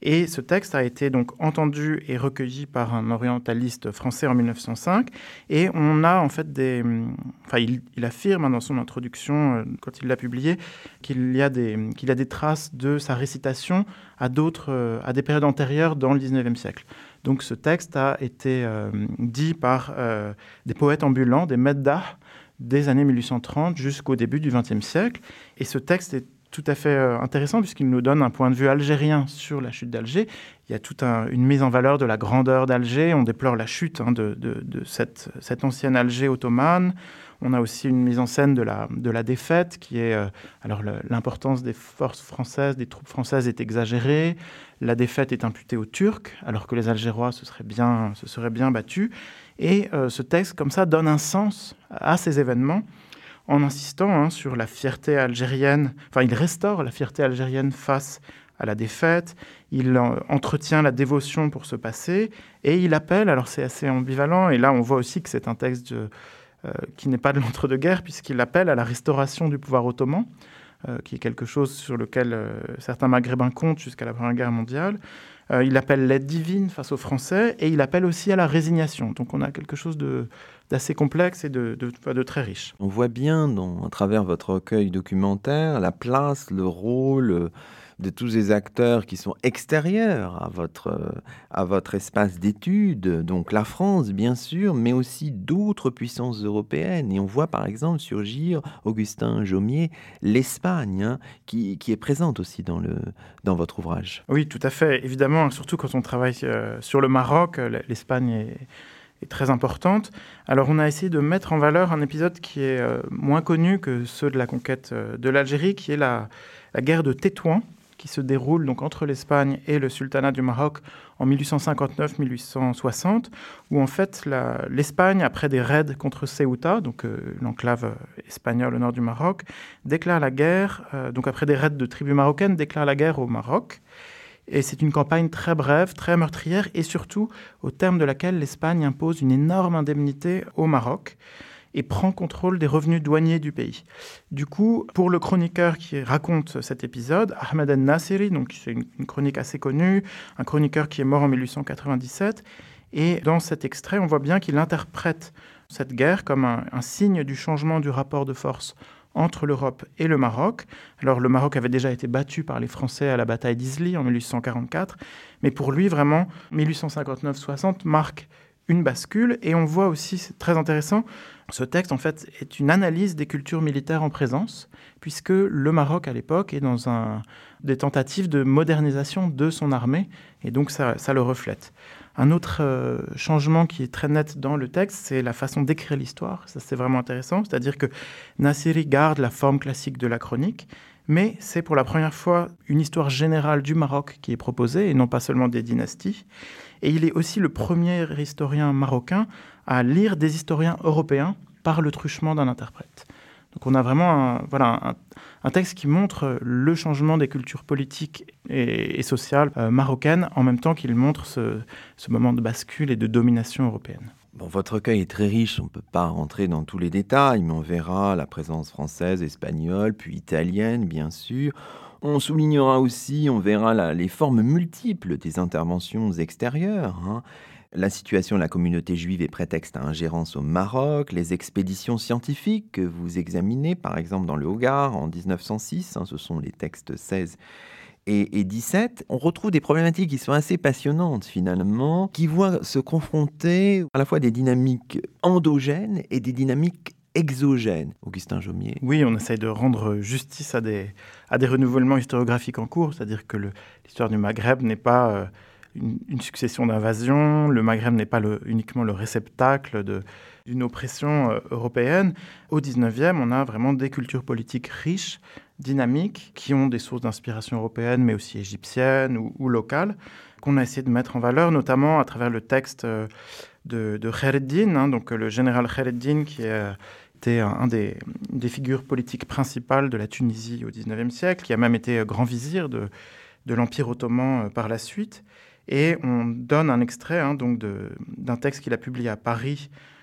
Et ce texte a été donc entendu et recueilli par un orientaliste français en mille neuf cent cinq. Et on a en fait des... Enfin, il, il affirme hein, dans son introduction, euh, quand il l'a publié, qu'il y a des, qu'il y a des traces de sa récitation à, d'autres, euh, à des périodes antérieures dans le dix-neuvième siècle. Donc ce texte a été euh, dit par euh, des poètes ambulants, des maîtres d'art, des années mille huit cent trente jusqu'au début du vingtième siècle. Et ce texte est tout à fait euh, intéressant puisqu'il nous donne un point de vue algérien sur la chute d'Alger. Il y a toute un, une mise en valeur de la grandeur d'Alger. On déplore la chute hein, de, de, de cette, cette ancienne Alger ottomane. On a aussi une mise en scène de la, de la défaite qui est... Euh, alors le, l'importance des forces françaises, des troupes françaises est exagérée. La défaite est imputée aux Turcs alors que les Algérois se seraient bien, se seraient bien battus. Et euh, ce texte, comme ça, donne un sens à ces événements en insistant hein, sur la fierté algérienne. Enfin, il restaure la fierté algérienne face à la défaite. Il euh, entretient la dévotion pour ce passé. Et il appelle, alors c'est assez ambivalent, et là on voit aussi que c'est un texte de, euh, qui n'est pas de l'entre-deux-guerres, puisqu'il appelle à la restauration du pouvoir ottoman, euh, qui est quelque chose sur lequel euh, certains maghrébins comptent jusqu'à la Première Guerre mondiale. Euh, il appelle l'aide divine face aux Français et il appelle aussi à la résignation. Donc on a quelque chose de, d'assez complexe et de, de, de très riche.
On voit bien, dans, à travers votre recueil documentaire, la place, le rôle de tous ces acteurs qui sont extérieurs à votre, à votre espace d'études. Donc la France, bien sûr, mais aussi d'autres puissances européennes. Et on voit par exemple surgir, Augustin Jaumier, l'Espagne, hein, qui, qui est présente aussi dans, le, dans votre ouvrage.
Oui, tout à fait. Évidemment, surtout quand on travaille euh, sur le Maroc, l'Espagne est... est très importante. Alors on a essayé de mettre en valeur un épisode qui est euh, moins connu que ceux de la conquête euh, de l'Algérie, qui est la, la guerre de Tétouan, qui se déroule donc entre l'Espagne et le sultanat du Maroc en mille huit cent cinquante-neuf mille huit cent soixante, où en fait la, l'Espagne, après des raids contre Ceuta, donc euh, l'enclave espagnole au nord du Maroc, déclare la guerre, euh, donc après des raids de tribus marocaines, déclare la guerre au Maroc. Et c'est une campagne très brève, très meurtrière, et surtout au terme de laquelle l'Espagne impose une énorme indemnité au Maroc et prend contrôle des revenus douaniers du pays. Du coup, pour le chroniqueur qui raconte cet épisode, Ahmed El-Nasiri, donc c'est une, une chronique assez connue, un chroniqueur qui est mort en mille huit cent quatre-vingt-dix-sept, et dans cet extrait, on voit bien qu'il interprète cette guerre comme un, un signe du changement du rapport de force entre l'Europe et le Maroc. Alors, le Maroc avait déjà été battu par les Français à la bataille d'Isly en mille huit cent quarante-quatre, mais pour lui, vraiment, mille huit cent cinquante-neuf soixante marque une bascule, et on voit aussi, c'est très intéressant, ce texte, en fait, est une analyse des cultures militaires en présence, puisque le Maroc, à l'époque, est dans un, des tentatives de modernisation de son armée, et donc ça, ça le reflète. Un autre euh, changement qui est très net dans le texte, c'est la façon d'écrire l'histoire. Ça, c'est vraiment intéressant. C'est-à-dire que Nasiri garde la forme classique de la chronique, mais c'est pour la première fois une histoire générale du Maroc qui est proposée, et non pas seulement des dynasties. Et il est aussi le premier historien marocain à lire des historiens européens par le truchement d'un interprète. Donc on a vraiment un, voilà, un, un texte qui montre le changement des cultures politiques et, et sociales euh, marocaines, en même temps qu'il montre ce, ce moment de bascule et de domination européenne.
Bon, votre recueil est très riche, on ne peut pas rentrer dans tous les détails, mais on verra la présence française, espagnole, puis italienne, bien sûr. On soulignera aussi, on verra la, les formes multiples des interventions extérieures, hein. La situation de la communauté juive est prétexte à ingérence au Maroc, les expéditions scientifiques que vous examinez, par exemple dans le Hogar en dix-neuf cent six, hein, ce sont les textes seize et, et dix-sept. On retrouve des problématiques qui sont assez passionnantes finalement, qui voient se confronter à la fois des dynamiques endogènes et des dynamiques exogènes. Augustin Jaumier.
Oui, on essaye de rendre justice à des, à des renouvellements historiographiques en cours, c'est-à-dire que le, l'histoire du Maghreb n'est pas... Euh, Une, une succession d'invasions. Le Maghreb n'est pas le, uniquement le réceptacle de, d'une oppression euh, européenne. Au dix-neuvième, on a vraiment des cultures politiques riches, dynamiques, qui ont des sources d'inspiration européenne, mais aussi égyptiennes ou, ou locales, qu'on a essayé de mettre en valeur, notamment à travers le texte euh, de, de Khayr ed-Din, hein, donc le général Khayr ed-Din, qui est... était un des, des figures politiques principales de la Tunisie au dix-neuvième siècle, qui a même été grand vizir de, de l'Empire ottoman euh, par la suite. Et on donne un extrait hein, donc de, d'un texte qu'il a publié à Paris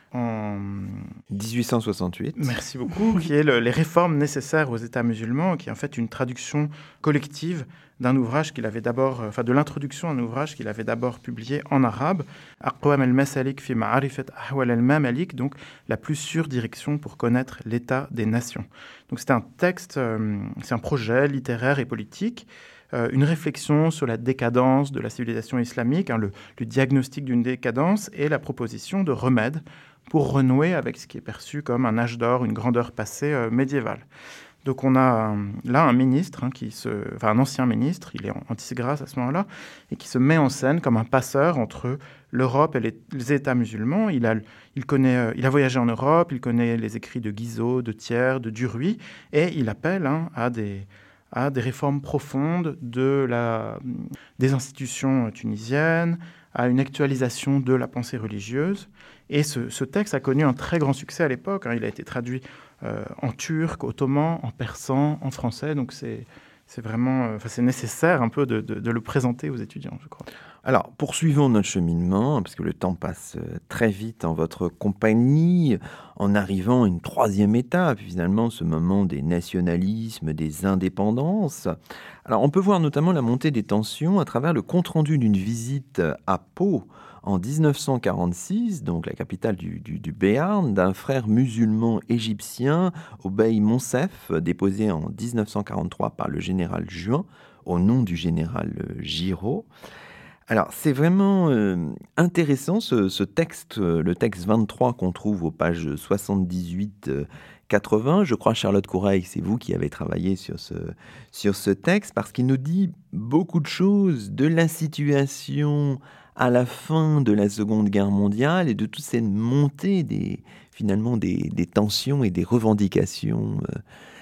en
dix-huit cent soixante-huit.
Merci beaucoup, qui est le, les réformes nécessaires aux États musulmans, qui est en fait une traduction collective d'un ouvrage qu'il avait d'abord, enfin de l'introduction à un ouvrage qu'il avait d'abord publié en arabe, Aqwam al-Masalik fi ma'arifat ahwal al-Mamalik, donc la plus sûre direction pour connaître l'état des nations. Donc c'est un texte, euh, c'est un projet littéraire et politique, euh, une réflexion sur la décadence de la civilisation islamique, hein, le, le diagnostic d'une décadence et la proposition de remèdes pour renouer avec ce qui est perçu comme un âge d'or, une grandeur passée euh, médiévale. Donc on a euh, là un ministre, hein, qui se, enfin un ancien ministre, il est anti-grâce à ce moment-là, et qui se met en scène comme un passeur entre l'Europe et les, les États musulmans. Il a, il, connaît, euh, il a voyagé en Europe, il connaît les écrits de Guizot, de Thiers, de Duruy, et il appelle hein, à, des, à des réformes profondes de la, des institutions tunisiennes, à une actualisation de la pensée religieuse. Et ce, ce texte a connu un très grand succès à l'époque. Hein. Il a été traduit euh, en turc, ottoman, en persan, en français. Donc c'est, c'est vraiment euh, c'est nécessaire un peu de, de, de le présenter aux étudiants, je crois.
Alors, poursuivons notre cheminement, parce que le temps passe très vite en votre compagnie, en arrivant à une troisième étape, finalement, ce moment des nationalismes, des indépendances. Alors, on peut voir notamment la montée des tensions à travers le compte-rendu d'une visite à Pau en dix-neuf cent quarante-six, donc la capitale du, du, du Béarn, d'un frère musulman égyptien, Obey Monsef, déposé en dix-neuf cent quarante-trois par le général Juin, au nom du général Giraud. Alors, c'est vraiment euh, intéressant ce, ce texte, euh, le texte vingt-trois qu'on trouve aux pages soixante-dix-huit quatre-vingts. Je crois, Charlotte Courail, c'est vous qui avez travaillé sur ce, sur ce texte, parce qu'il nous dit beaucoup de choses de la situation à la fin de la Seconde Guerre mondiale et de toute cette montée des, finalement des, des tensions et des revendications euh,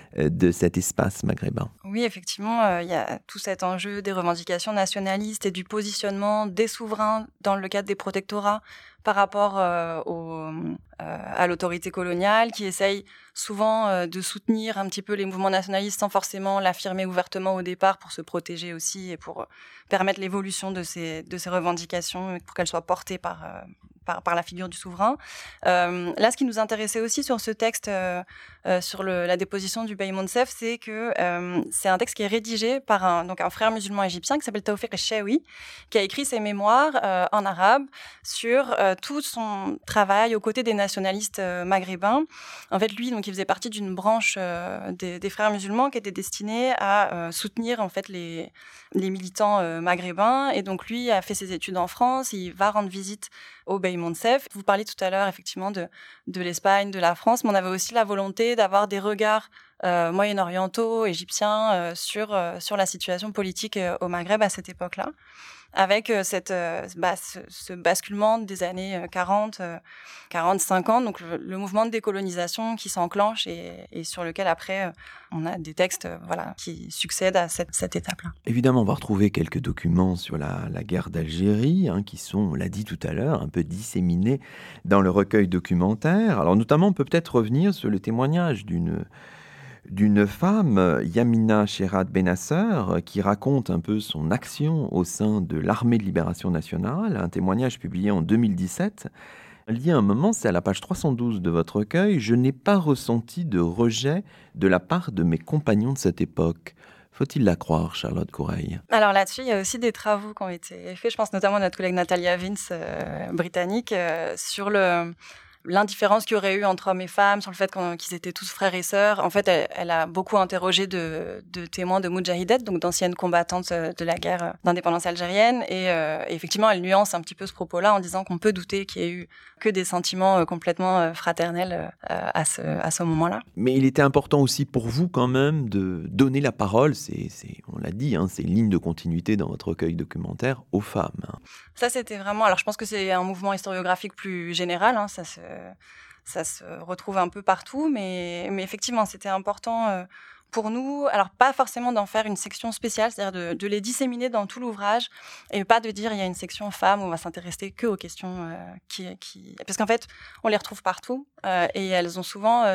de cet espace maghrébin.
Oui, effectivement, euh, il y a tout cet enjeu des revendications nationalistes et du positionnement des souverains dans le cadre des protectorats par rapport euh, au, euh, à l'autorité coloniale qui essaye souvent euh, de soutenir un petit peu les mouvements nationalistes sans forcément l'affirmer ouvertement au départ pour se protéger aussi et pour permettre l'évolution de ces, de ces revendications pour qu'elles soient portées par, euh, par, par la figure du souverain. Euh, là, ce qui nous intéressait aussi sur ce texte, euh, euh, sur le, la déposition du Bey Monsef, c'est que euh, c'est un texte qui est rédigé par un, donc un frère musulman égyptien qui s'appelle Taoufik El-Cheaoui, qui a écrit ses mémoires euh, en arabe sur euh, tout son travail aux côtés des nationalistes euh, maghrébins. En fait, lui, donc, il faisait partie d'une branche euh, des, des frères musulmans qui était destinée à euh, soutenir en fait les, les militants euh, maghrébins. Et donc, lui a fait ses études en France. Il va rendre visite au Bey Monsef. Vous parliez tout à l'heure effectivement de, de l'Espagne, de la France, mais on avait aussi la volonté d'avoir des regards euh, moyen-orientaux, égyptiens, euh, sur, euh, sur la situation politique euh, au Maghreb à cette époque-là, avec euh, cette, euh, bah, ce, ce basculement des années quarante, cinquante, donc le, le mouvement de décolonisation qui s'enclenche et, et sur lequel après euh, on a des textes euh, voilà, qui succèdent à cette, cette étape-là.
Évidemment, on va retrouver quelques documents sur la, la guerre d'Algérie, hein, qui sont, on l'a dit tout à l'heure, un peu disséminés dans le recueil documentaire. Alors notamment, on peut peut-être revenir sur le témoignage d'une... d'une femme, Yamina Sherad Benasser, qui raconte un peu son action au sein de l'Armée de Libération Nationale, un témoignage publié en deux mille dix-sept. Elle dit à un moment, c'est à la page trois cent douze de votre recueil, « Je n'ai pas ressenti de rejet de la part de mes compagnons de cette époque ». Faut-il la croire, Charlotte Courail ?
Alors là-dessus, il y a aussi des travaux qui ont été faits, je pense notamment à notre collègue Natalia Vince, euh, britannique, euh, sur le... l'indifférence qu'il y aurait eu entre hommes et femmes, sur le fait qu'ils étaient tous frères et sœurs. En fait, elle, elle a beaucoup interrogé de, de témoins de Moudjahidettes, donc d'anciennes combattantes de la guerre d'indépendance algérienne. Et, euh, et effectivement, elle nuance un petit peu ce propos-là en disant qu'on peut douter qu'il y ait eu que des sentiments complètement fraternels euh, à, ce, à ce moment-là.
Mais il était important aussi pour vous quand même de donner la parole, c'est, c'est, on l'a dit, hein, c'est une ligne de continuité dans votre recueil documentaire, aux femmes. Hein.
Ça, c'était vraiment... Alors, je pense que c'est un mouvement historiographique plus général, hein, ça se... ça se retrouve un peu partout, mais, mais effectivement, c'était important euh, pour nous, alors pas forcément d'en faire une section spéciale, c'est-à-dire de, de les disséminer dans tout l'ouvrage, et pas de dire il y a une section femmes où on va s'intéresser que aux questions euh, qui, qui... Parce qu'en fait, on les retrouve partout, euh, et elles ont souvent... Euh,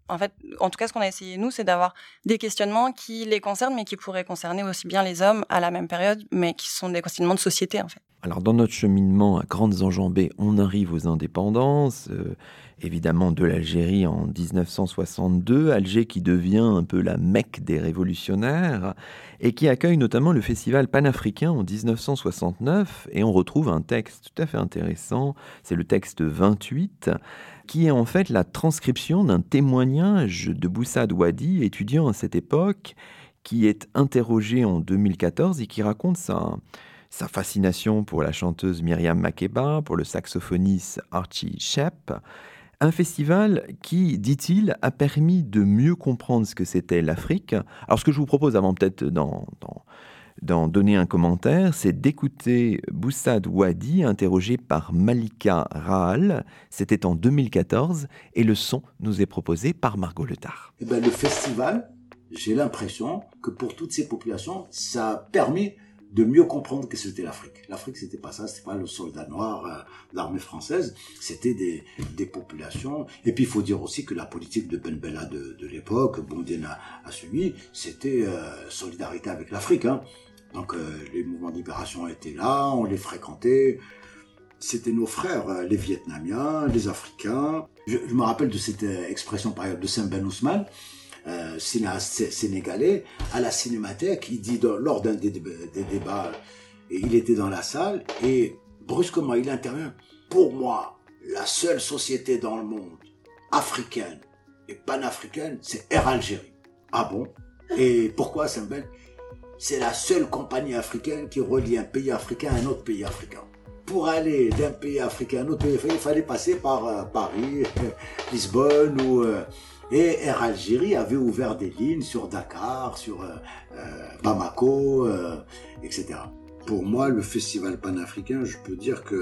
En fait, en tout cas, ce qu'on a essayé, nous, c'est d'avoir des questionnements qui les concernent, mais qui pourraient concerner aussi bien les hommes à la même période, mais qui sont des questionnements de société, en fait.
Alors, dans notre cheminement à grandes enjambées, on arrive aux indépendances, euh, évidemment de l'Algérie en dix-neuf cent soixante-deux, Alger qui devient un peu la Mecque des révolutionnaires et qui accueille notamment le festival panafricain en dix-neuf cent soixante-neuf, et on retrouve un texte tout à fait intéressant, c'est le texte vingt-huit, qui est en fait la transcription d'un témoignage de Boussad Wadi, étudiant à cette époque, qui est interrogé en deux mille quatorze et qui raconte sa, sa fascination pour la chanteuse Myriam Makeba, pour le saxophoniste Archie Shepp. Un festival qui, dit-il, a permis de mieux comprendre ce que c'était l'Afrique. Alors ce que je vous propose, avant peut-être d'en, d'en, d'en donner un commentaire, c'est d'écouter Boussad Wadi, interrogé par Malika Rahal. C'était en deux mille quatorze, et le son nous est proposé par Margot Letard.
Eh ben, le festival, j'ai l'impression que pour toutes ces populations, ça a permis de mieux comprendre que c'était l'Afrique. L'Afrique, c'était pas ça, c'était pas le soldat noir euh, de l'armée française, c'était des, des populations. Et puis, il faut dire aussi que la politique de Ben Bella de, de l'époque, Boumedienne a, a suivi, c'était euh, solidarité avec l'Afrique. Hein. Donc, euh, les mouvements de libération étaient là, on les fréquentait. C'était nos frères, euh, les Vietnamiens, les Africains. Je, je me rappelle de cette euh, expression, par exemple, de Saint Ben Ousmane, Euh, cinéaste sénégalais, à la Cinémathèque. Il dit dans, lors d'un des, des débats, et il était dans la salle et brusquement il intervient. Pour moi, la seule société dans le monde africaine et panafricaine, c'est Air Algérie. Ah bon? Et pourquoi, Saint-Ben? C'est la seule compagnie africaine qui relie un pays africain à un autre pays africain. Pour aller d'un pays africain à un autre pays africain, il fallait passer par euh, Paris, Lisbonne ou... Euh, Et Air Algérie avait ouvert des lignes sur Dakar, sur euh, euh, Bamako, euh, et cetera. Pour moi, le festival panafricain, je peux dire que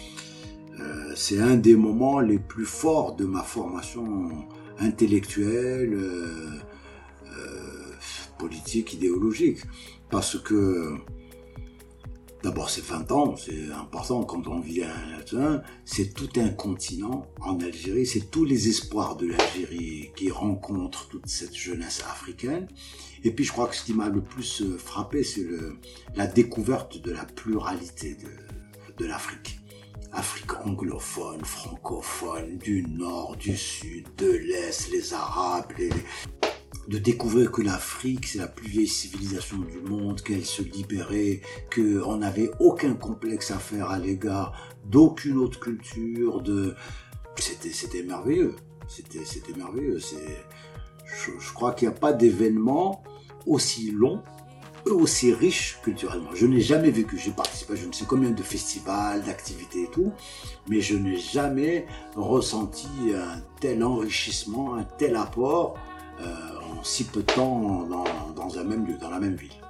euh, c'est un des moments les plus forts de ma formation intellectuelle, euh, euh, politique, idéologique. Parce que d'abord, c'est vingt ans, c'est important quand on vient là, c'est tout un continent en Algérie, c'est tous les espoirs de l'Algérie qui rencontrent toute cette jeunesse africaine. Et puis je crois que ce qui m'a le plus frappé, c'est le, la découverte de la pluralité de, de l'Afrique. Afrique anglophone, francophone, du nord, du sud, de l'est, les Arabes, les... de découvrir que l'Afrique, c'est la plus vieille civilisation du monde, qu'elle se libérait, qu'on n'avait aucun complexe à faire à l'égard d'aucune autre culture. De... C'était, c'était merveilleux. C'était, c'était merveilleux. C'est... Je, je crois qu'il n'y a pas d'événement aussi long, aussi riche culturellement. Je n'ai jamais vécu, j'ai participé à je ne sais combien de festivals, d'activités et tout, mais je n'ai jamais ressenti un tel enrichissement, un tel apport Euh, en si peu de temps dans, dans un même lieu, dans la même ville.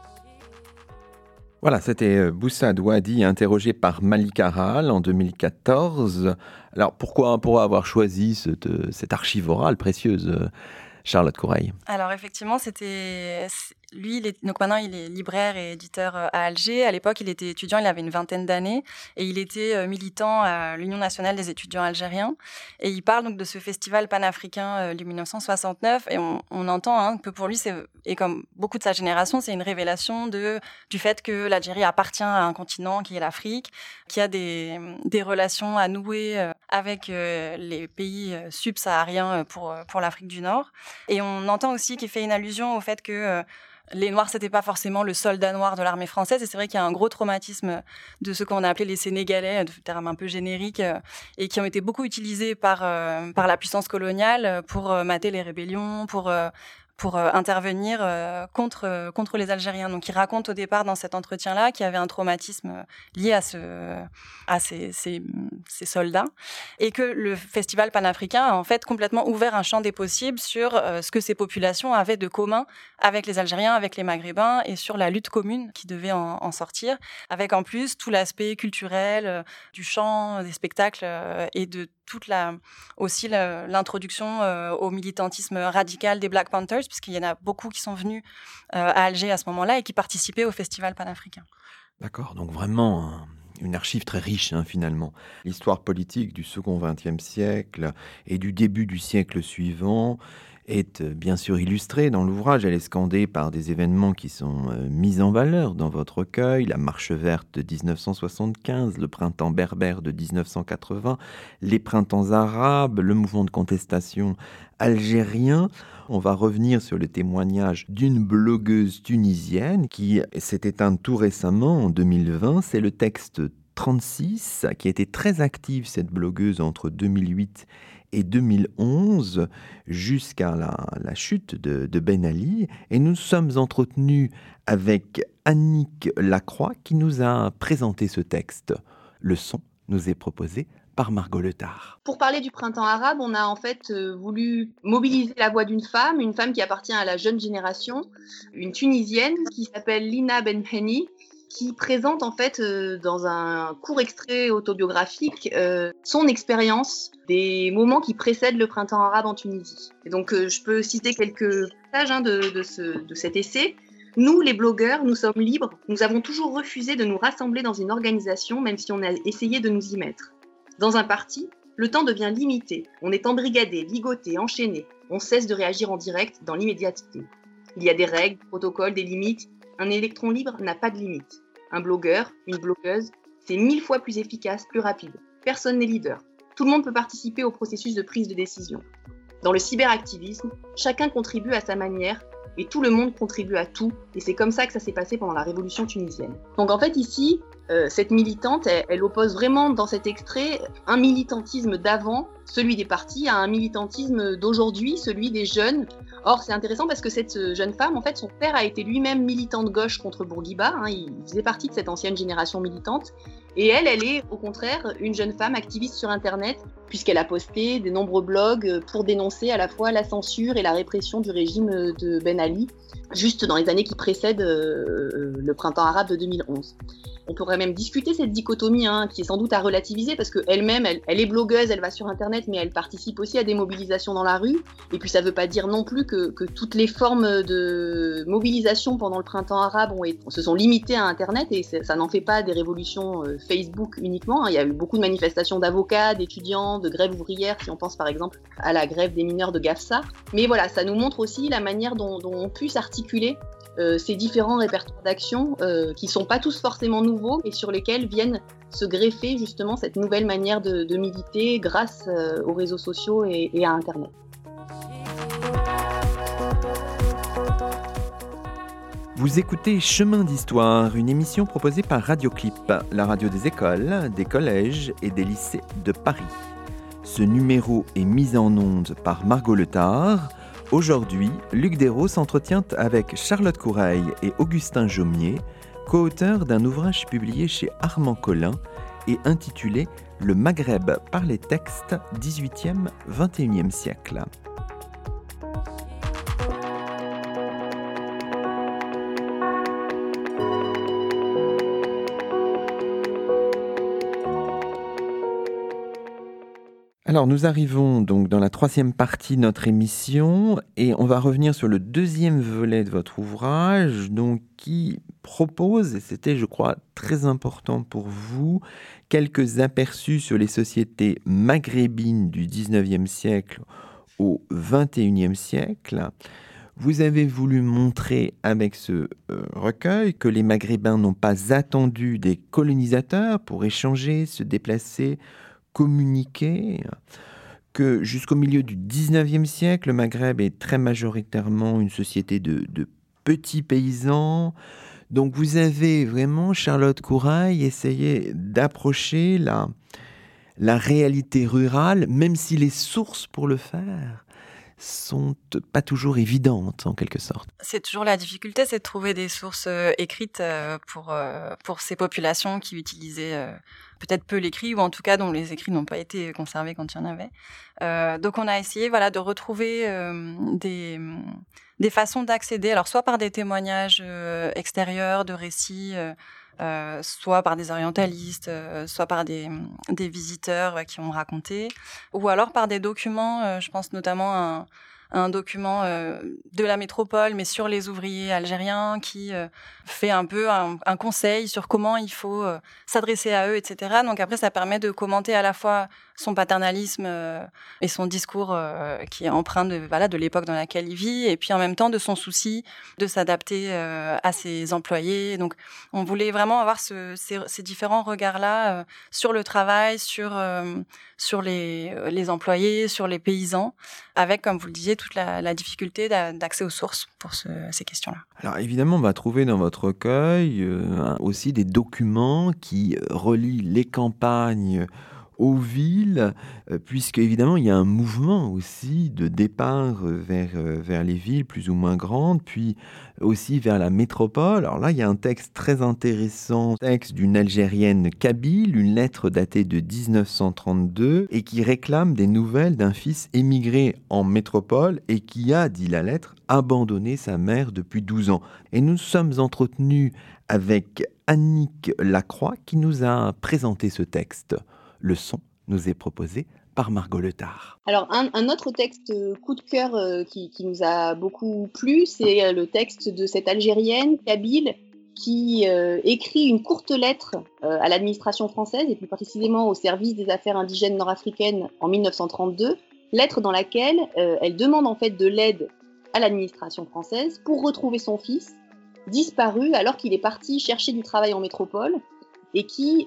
Voilà, c'était Boussad Wadi, interrogé par Malika Rahal en deux mille quatorze. Alors, pourquoi, pourquoi avoir choisi cette, cette archive orale précieuse, Charlotte Courail?
Alors, effectivement, c'était... Lui, il est, donc maintenant, il est libraire et éditeur à Alger. À l'époque, il était étudiant, il avait une vingtaine d'années et il était militant à l'Union nationale des étudiants algériens. Et il parle donc de ce festival panafricain de dix-neuf cent soixante-neuf et on, on entend hein, que pour lui, c'est, et comme beaucoup de sa génération, c'est une révélation de, du fait que l'Algérie appartient à un continent qui est l'Afrique, qui a des, des relations à nouer avec les pays subsahariens pour, pour l'Afrique du Nord. Et on entend aussi qu'il fait une allusion au fait que les Noirs, c'était pas forcément le soldat noir de l'armée française. Et c'est vrai qu'il y a un gros traumatisme de ce qu'on a appelé les Sénégalais, de termes un peu génériques, et qui ont été beaucoup utilisés par, euh, par la puissance coloniale pour euh, mater les rébellions, pour... Euh, pour euh, intervenir euh, contre euh, contre les Algériens. Donc, il raconte au départ dans cet entretien-là qu'il y avait un traumatisme lié à ce à ces, ces ces soldats et que le festival panafricain a en fait complètement ouvert un champ des possibles sur euh, ce que ces populations avaient de commun avec les Algériens, avec les Maghrébins et sur la lutte commune qui devait en, en sortir, avec en plus tout l'aspect culturel euh, du chant, des spectacles euh, et de toute la aussi la, l'introduction euh, au militantisme radical des Black Panthers, puisqu'il y en a beaucoup qui sont venus euh, à Alger à ce moment-là et qui participaient au festival panafricain.
D'accord, donc vraiment un, une archive très riche hein, finalement. L'histoire politique du second vingtième siècle et du début du siècle suivant est euh, bien sûr illustrée dans l'ouvrage. Elle est scandée par des événements qui sont euh, mis en valeur dans votre recueil. La Marche verte de dix-neuf cent soixante-quinze, le printemps berbère de dix-neuf cent quatre-vingts, les printemps arabes, le mouvement de contestation algérien. On va revenir sur le témoignage d'une blogueuse tunisienne qui s'est éteinte tout récemment, en deux mille vingt. C'est le texte trente-six, qui a été très active, cette blogueuse, entre deux mille huit et deux mille onze, jusqu'à la, la chute de, de Ben Ali. Et nous sommes entretenus avec Annick Lacroix, qui nous a présenté ce texte. Le son nous est proposé par Margot Letard.
Pour parler du printemps arabe, on a en fait euh, voulu mobiliser la voix d'une femme, une femme qui appartient à la jeune génération, une Tunisienne qui s'appelle Lina Benheni, qui présente en fait euh, dans un court extrait autobiographique euh, son expérience des moments qui précèdent le printemps arabe en Tunisie. Et donc euh, je peux citer quelques passages hein, de, de, ce, de cet essai. Nous, les blogueurs, nous sommes libres. Nous avons toujours refusé de nous rassembler dans une organisation, même si on a essayé de nous y mettre. Dans un parti, le temps devient limité. On est embrigadé, ligoté, enchaîné. On cesse de réagir en direct dans l'immédiateté. Il y a des règles, des protocoles, des limites. Un électron libre n'a pas de limite. Un blogueur, une blogueuse, c'est mille fois plus efficace, plus rapide. Personne n'est leader. Tout le monde peut participer au processus de prise de décision. Dans le cyberactivisme, chacun contribue à sa manière et tout le monde contribue à tout. Et c'est comme ça que ça s'est passé pendant la révolution tunisienne. Donc en fait ici, euh, cette militante, elle, elle oppose vraiment dans cet extrait un militantisme d'avant, celui des partis, à un militantisme d'aujourd'hui, celui des jeunes. Or, c'est intéressant parce que cette jeune femme, en fait, son père a été lui-même militant de gauche contre Bourguiba. Hein, il faisait partie de cette ancienne génération militante. Et elle, elle est au contraire une jeune femme activiste sur Internet, puisqu'elle a posté de nombreux blogs pour dénoncer à la fois la censure et la répression du régime de Ben Ali, juste dans les années qui précèdent euh, le printemps arabe de deux mille onze. On pourrait même discuter cette dichotomie, hein, qui est sans doute à relativiser, parce qu'elle-même, elle, elle est blogueuse, elle va sur Internet, mais elle participe aussi à des mobilisations dans la rue. Et puis ça ne veut pas dire non plus que, que toutes les formes de mobilisation pendant le printemps arabe ont été, se sont limitées à Internet, et ça n'en fait pas des révolutions euh, Facebook uniquement. Hein. Il y a eu beaucoup de manifestations d'avocats, d'étudiants, de grèves ouvrières, si on pense par exemple à la grève des mineurs de Gafsa. Mais voilà, ça nous montre aussi la manière dont, dont on peut s'articuler Euh, ces différents répertoires d'action euh, qui ne sont pas tous forcément nouveaux et sur lesquels viennent se greffer justement cette nouvelle manière de, de militer grâce euh, aux réseaux sociaux et, et à Internet.
Vous écoutez Chemin d'Histoire, une émission proposée par Radioclip, la radio des écoles, des collèges et des lycées de Paris. Ce numéro est mis en onde par Margot Letard. Aujourd'hui, Luc Dérault s'entretient avec Charlotte Courail et Augustin Jaumier, co-auteurs d'un ouvrage publié chez Armand Collin et intitulé « Le Maghreb par les textes dix-huitième vingt et unième siècle ». Alors, nous arrivons donc dans la troisième partie de notre émission et on va revenir sur le deuxième volet de votre ouvrage, donc qui propose, et c'était, je crois, très important pour vous, quelques aperçus sur les sociétés maghrébines du dix-neuvième siècle au vingt et unième siècle. Vous avez voulu montrer avec ce euh, recueil que les Maghrébins n'ont pas attendu des colonisateurs pour échanger, se déplacer, communiquer, que jusqu'au milieu du dix-neuvième siècle, le Maghreb est très majoritairement une société de, de petits paysans. Donc vous avez vraiment, Charlotte Courail, essayé d'approcher la, la réalité rurale, même si les sources pour le faire sont pas toujours évidentes, en quelque sorte.
C'est toujours la difficulté, c'est de trouver des sources euh, écrites euh, pour, euh, pour ces populations qui utilisaient euh, peut-être peu l'écrit, ou en tout cas dont les écrits n'ont pas été conservés quand il y en avait. Euh, donc on a essayé voilà, de retrouver euh, des, des façons d'accéder, alors soit par des témoignages euh, extérieurs, de récits, euh, Euh, soit par des orientalistes, euh, soit par des, des visiteurs euh, qui ont raconté, ou alors par des documents, euh, je pense notamment à un, à un document euh, de la métropole, mais sur les ouvriers algériens, qui euh, fait un peu un, un conseil sur comment il faut euh, s'adresser à eux, et cetera. Donc après, ça permet de commenter à la fois son paternalisme euh, et son discours euh, qui est empreint de, voilà, de l'époque dans laquelle il vit, et puis en même temps de son souci de s'adapter euh, à ses employés. Donc, on voulait vraiment avoir ce, ces, ces différents regards-là euh, sur le travail, sur, euh, sur les, les employés, sur les paysans, avec, comme vous le disiez, toute la, la difficulté d'accès aux sources pour ce, ces questions-là.
Alors évidemment, on va trouver dans votre recueil euh, aussi des documents qui relient les campagnes aux villes, euh, puisque évidemment il y a un mouvement aussi de départ vers, euh, vers les villes plus ou moins grandes, puis aussi vers la métropole. Alors là, il y a un texte très intéressant, texte d'une Algérienne kabyle, une lettre datée de dix-neuf cent trente-deux, et qui réclame des nouvelles d'un fils émigré en métropole et qui a, dit la lettre, abandonné sa mère depuis douze ans. Et nous sommes entretenus avec Annick Lacroix qui nous a présenté ce texte. Le son nous est proposé par Margot Letard.
Alors, un, un autre texte coup de cœur euh, qui, qui nous a beaucoup plu, c'est euh, le texte de cette Algérienne, kabyle, qui euh, écrit une courte lettre euh, à l'administration française, et plus précisément au service des affaires indigènes nord-africaines en mille neuf cent trente-deux, lettre dans laquelle euh, elle demande en fait de l'aide à l'administration française pour retrouver son fils, disparu alors qu'il est parti chercher du travail en métropole, et qui...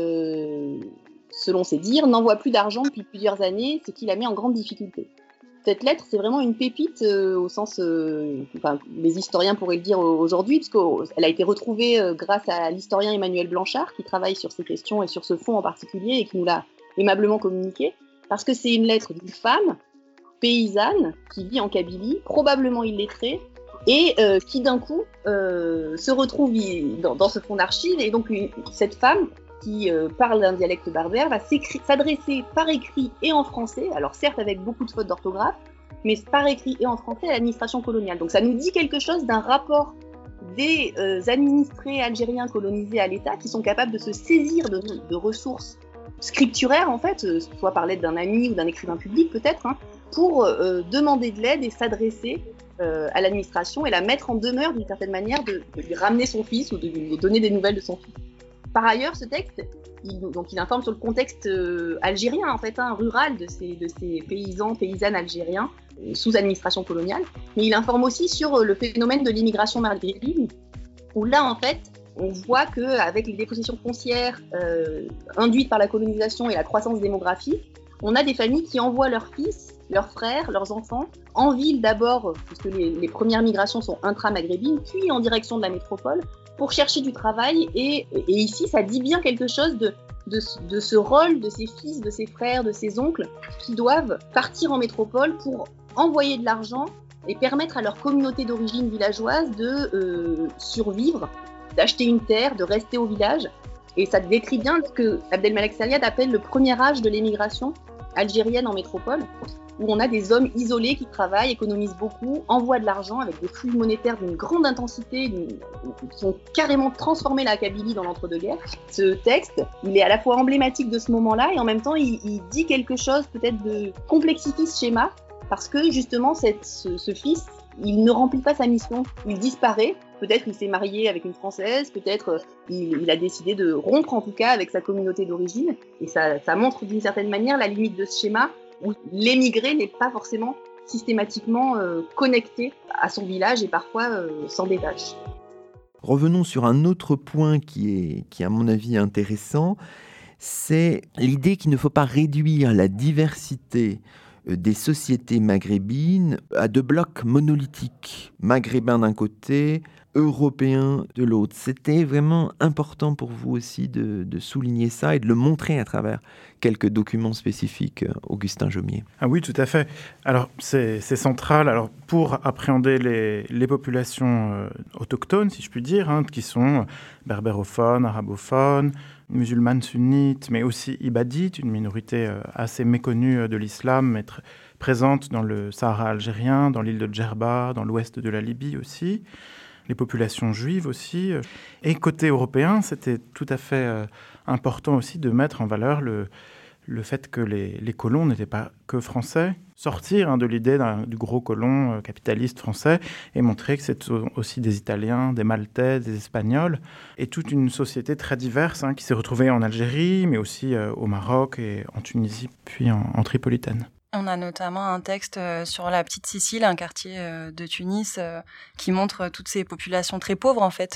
Euh, selon ses dires, n'envoie plus d'argent depuis plusieurs années, ce qui la met en grande difficulté. Cette lettre, c'est vraiment une pépite euh, au sens, euh, enfin, les historiens pourraient le dire aujourd'hui, puisqu'elle a été retrouvée euh, grâce à l'historien Emmanuel Blanchard, qui travaille sur ces questions et sur ce fond en particulier, et qui nous l'a aimablement communiqué, parce que c'est une lettre d'une femme paysanne qui vit en Kabylie, probablement illettrée, et euh, qui d'un coup euh, se retrouve dans, dans ce fond d'archives, et donc une, cette femme qui euh, parle d'un dialecte berbère, va s'adresser par écrit et en français, alors certes avec beaucoup de fautes d'orthographe, mais par écrit et en français à l'administration coloniale. Donc ça nous dit quelque chose d'un rapport des euh, administrés algériens colonisés à l'État qui sont capables de se saisir de, de ressources scripturaires, en fait, euh, soit par l'aide d'un ami ou d'un écrivain public peut-être, hein, pour euh, demander de l'aide et s'adresser euh, à l'administration et la mettre en demeure d'une certaine manière de, de lui ramener son fils ou de lui donner des nouvelles de son fils. Par ailleurs, ce texte, il, donc il informe sur le contexte euh, algérien, en fait, hein, rural de ces, de ces paysans, paysannes algériens euh, sous administration coloniale, mais il informe aussi sur euh, le phénomène de l'immigration maghrébine, où là, en fait, on voit qu'avec les dépossessions foncières euh, induites par la colonisation et la croissance démographique, on a des familles qui envoient leurs fils, leurs frères, leurs enfants, en ville d'abord, puisque les, les premières migrations sont intra-maghrébines, puis en direction de la métropole, pour chercher du travail, et, et ici ça dit bien quelque chose de, de, de ce rôle de ses fils, de ses frères, de ses oncles qui doivent partir en métropole pour envoyer de l'argent et permettre à leur communauté d'origine villageoise de euh, survivre, d'acheter une terre, de rester au village. Et ça décrit bien ce que Abdelmalek Sayad appelle le premier âge de l'émigration algérienne en métropole, où on a des hommes isolés qui travaillent, économisent beaucoup, envoient de l'argent avec des flux monétaires d'une grande intensité, qui ont carrément transformé la Kabylie dans l'entre-deux-guerres. Ce texte, il est à la fois emblématique de ce moment-là et en même temps, il, il dit quelque chose peut-être de complexifie ce schéma, parce que justement, cette, ce, ce fils, il ne remplit pas sa mission, il disparaît. Peut-être il s'est marié avec une Française, peut-être il, il a décidé de rompre en tout cas avec sa communauté d'origine, et ça, ça montre d'une certaine manière la limite de ce schéma, où l'émigré n'est pas forcément systématiquement euh, connecté à son village et parfois euh, s'en détache.
Revenons sur un autre point qui est, qui est à mon avis intéressant, c'est l'idée qu'il ne faut pas réduire la diversité des sociétés maghrébines à deux blocs monolithiques, maghrébins d'un côté, européens de l'autre. C'était vraiment important pour vous aussi de, de souligner ça et de le montrer à travers quelques documents spécifiques, Augustin Jaumier.
Ah oui, tout à fait. Alors, c'est, c'est central alors, pour appréhender les, les populations euh, autochtones, si je puis dire, hein, qui sont berbérophones, arabophones, musulmanes sunnites, mais aussi ibadites, une minorité euh, assez méconnue de l'islam, mais tr- présente dans le Sahara algérien, dans l'île de Djerba, dans l'ouest de la Libye aussi. Les populations juives aussi. Et côté européen, c'était tout à fait euh, important aussi de mettre en valeur le, le fait que les, les colons n'étaient pas que français, sortir hein, de l'idée d'un, du gros colon euh, capitaliste français et montrer que c'est aussi des Italiens, des Maltais, des Espagnols et toute une société très diverse hein, qui s'est retrouvée en Algérie, mais aussi euh, au Maroc et en Tunisie, puis en, en Tripolitaine.
On a notamment un texte sur la Petite Sicile, un quartier de Tunis, qui montre toutes ces populations très pauvres, en fait,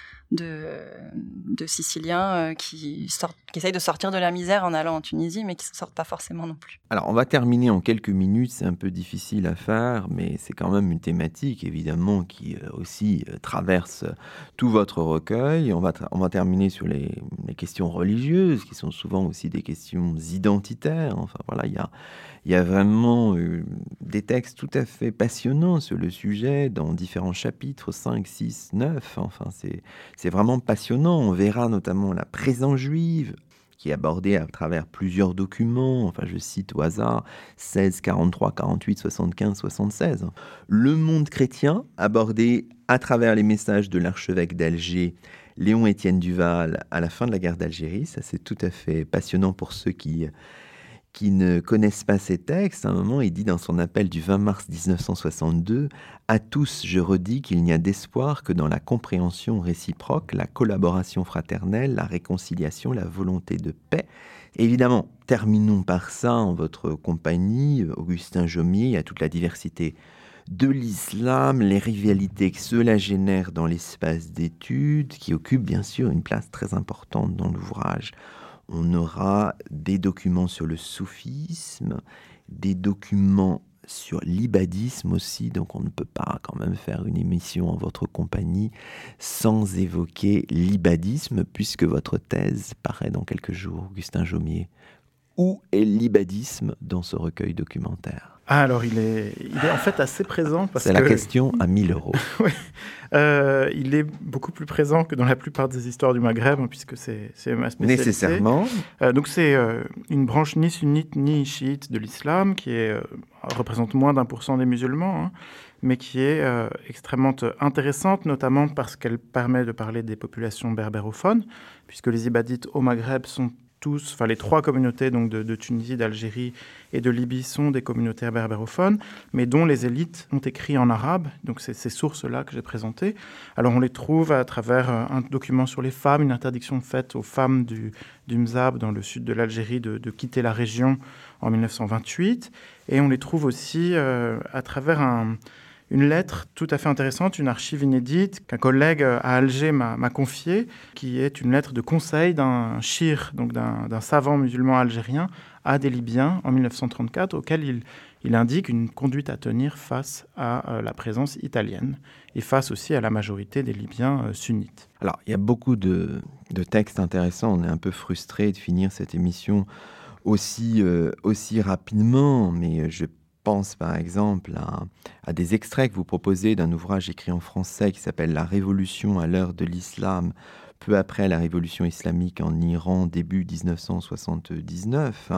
de, de Siciliens qui, sortent, qui essayent de sortir de la misère en allant en Tunisie, mais qui ne sortent pas forcément non plus.
Alors, on va terminer en quelques minutes. C'est un peu difficile à faire, mais c'est quand même une thématique, évidemment, qui aussi traverse tout votre recueil. On va, tra- on va terminer sur les, les questions religieuses, qui sont souvent aussi des questions identitaires. Enfin, voilà, il y a... Il y a vraiment euh, des textes tout à fait passionnants sur le sujet dans différents chapitres, cinq, six, neuf. Enfin, c'est, c'est vraiment passionnant. On verra notamment la présence juive qui est abordée à travers plusieurs documents. Enfin, je cite au hasard seize, quarante-trois, quarante-huit, soixante-quinze, soixante-seize. Le monde chrétien, abordé à travers les messages de l'archevêque d'Alger, Léon-Étienne Duval, à la fin de la guerre d'Algérie. Ça, c'est tout à fait passionnant pour ceux qui... qui ne connaissent pas ces textes. À un moment, il dit dans son appel du vingt mars dix-neuf cent soixante-deux « À tous, je redis qu'il n'y a d'espoir que dans la compréhension réciproque, la collaboration fraternelle, la réconciliation, la volonté de paix. » Évidemment, terminons par ça en votre compagnie, Augustin Jomier. Il y a toute la diversité de l'islam, les rivalités que cela génère dans l'espace d'études, qui occupe bien sûr une place très importante dans l'ouvrage. On aura des documents sur le soufisme, des documents sur l'ibadisme aussi, donc on ne peut pas quand même faire une émission en votre compagnie sans évoquer l'ibadisme, puisque votre thèse paraît dans quelques jours, Augustin Jomier. Où est l'ibadisme dans ce recueil documentaire ?
Ah, alors il est, il est en fait assez présent parce
C'est
que...
la question à mille euros.
Oui, euh, il est beaucoup plus présent que dans la plupart des histoires du Maghreb, hein, puisque c'est, c'est ma spécialité.
Nécessairement.
Euh, donc c'est euh, une branche ni sunnite ni chiite de l'islam qui est, euh, représente moins d'un pour cent des musulmans, hein, mais qui est euh, extrêmement intéressante, notamment parce qu'elle permet de parler des populations berbérophones, puisque les ibadites au Maghreb sont tous, enfin les trois communautés donc de, de Tunisie, d'Algérie et de Libye sont des communautés berbérophones, mais dont les élites ont écrit en arabe. Donc c'est ces sources-là que j'ai présentées. Alors on les trouve à travers un document sur les femmes, une interdiction faite aux femmes du, du Mzab dans le sud de l'Algérie de, de quitter la région en dix-neuf cent vingt-huit. Et on les trouve aussi euh, à travers un... une lettre tout à fait intéressante, une archive inédite qu'un collègue à Alger m'a, m'a confiée, qui est une lettre de conseil d'un shir, donc d'un, d'un savant musulman algérien, à des Libyens en dix-neuf cent trente-quatre, auquel il, il indique une conduite à tenir face à euh, la présence italienne et face aussi à la majorité des Libyens euh, sunnites.
Alors, il y a beaucoup de, de textes intéressants. On est un peu frustré de finir cette émission aussi, euh, aussi rapidement, mais je pense par exemple à, à des extraits que vous proposez d'un ouvrage écrit en français qui s'appelle « La Révolution à l'heure de l'islam », peu après la révolution islamique en Iran, début dix-neuf cent soixante-dix-neuf.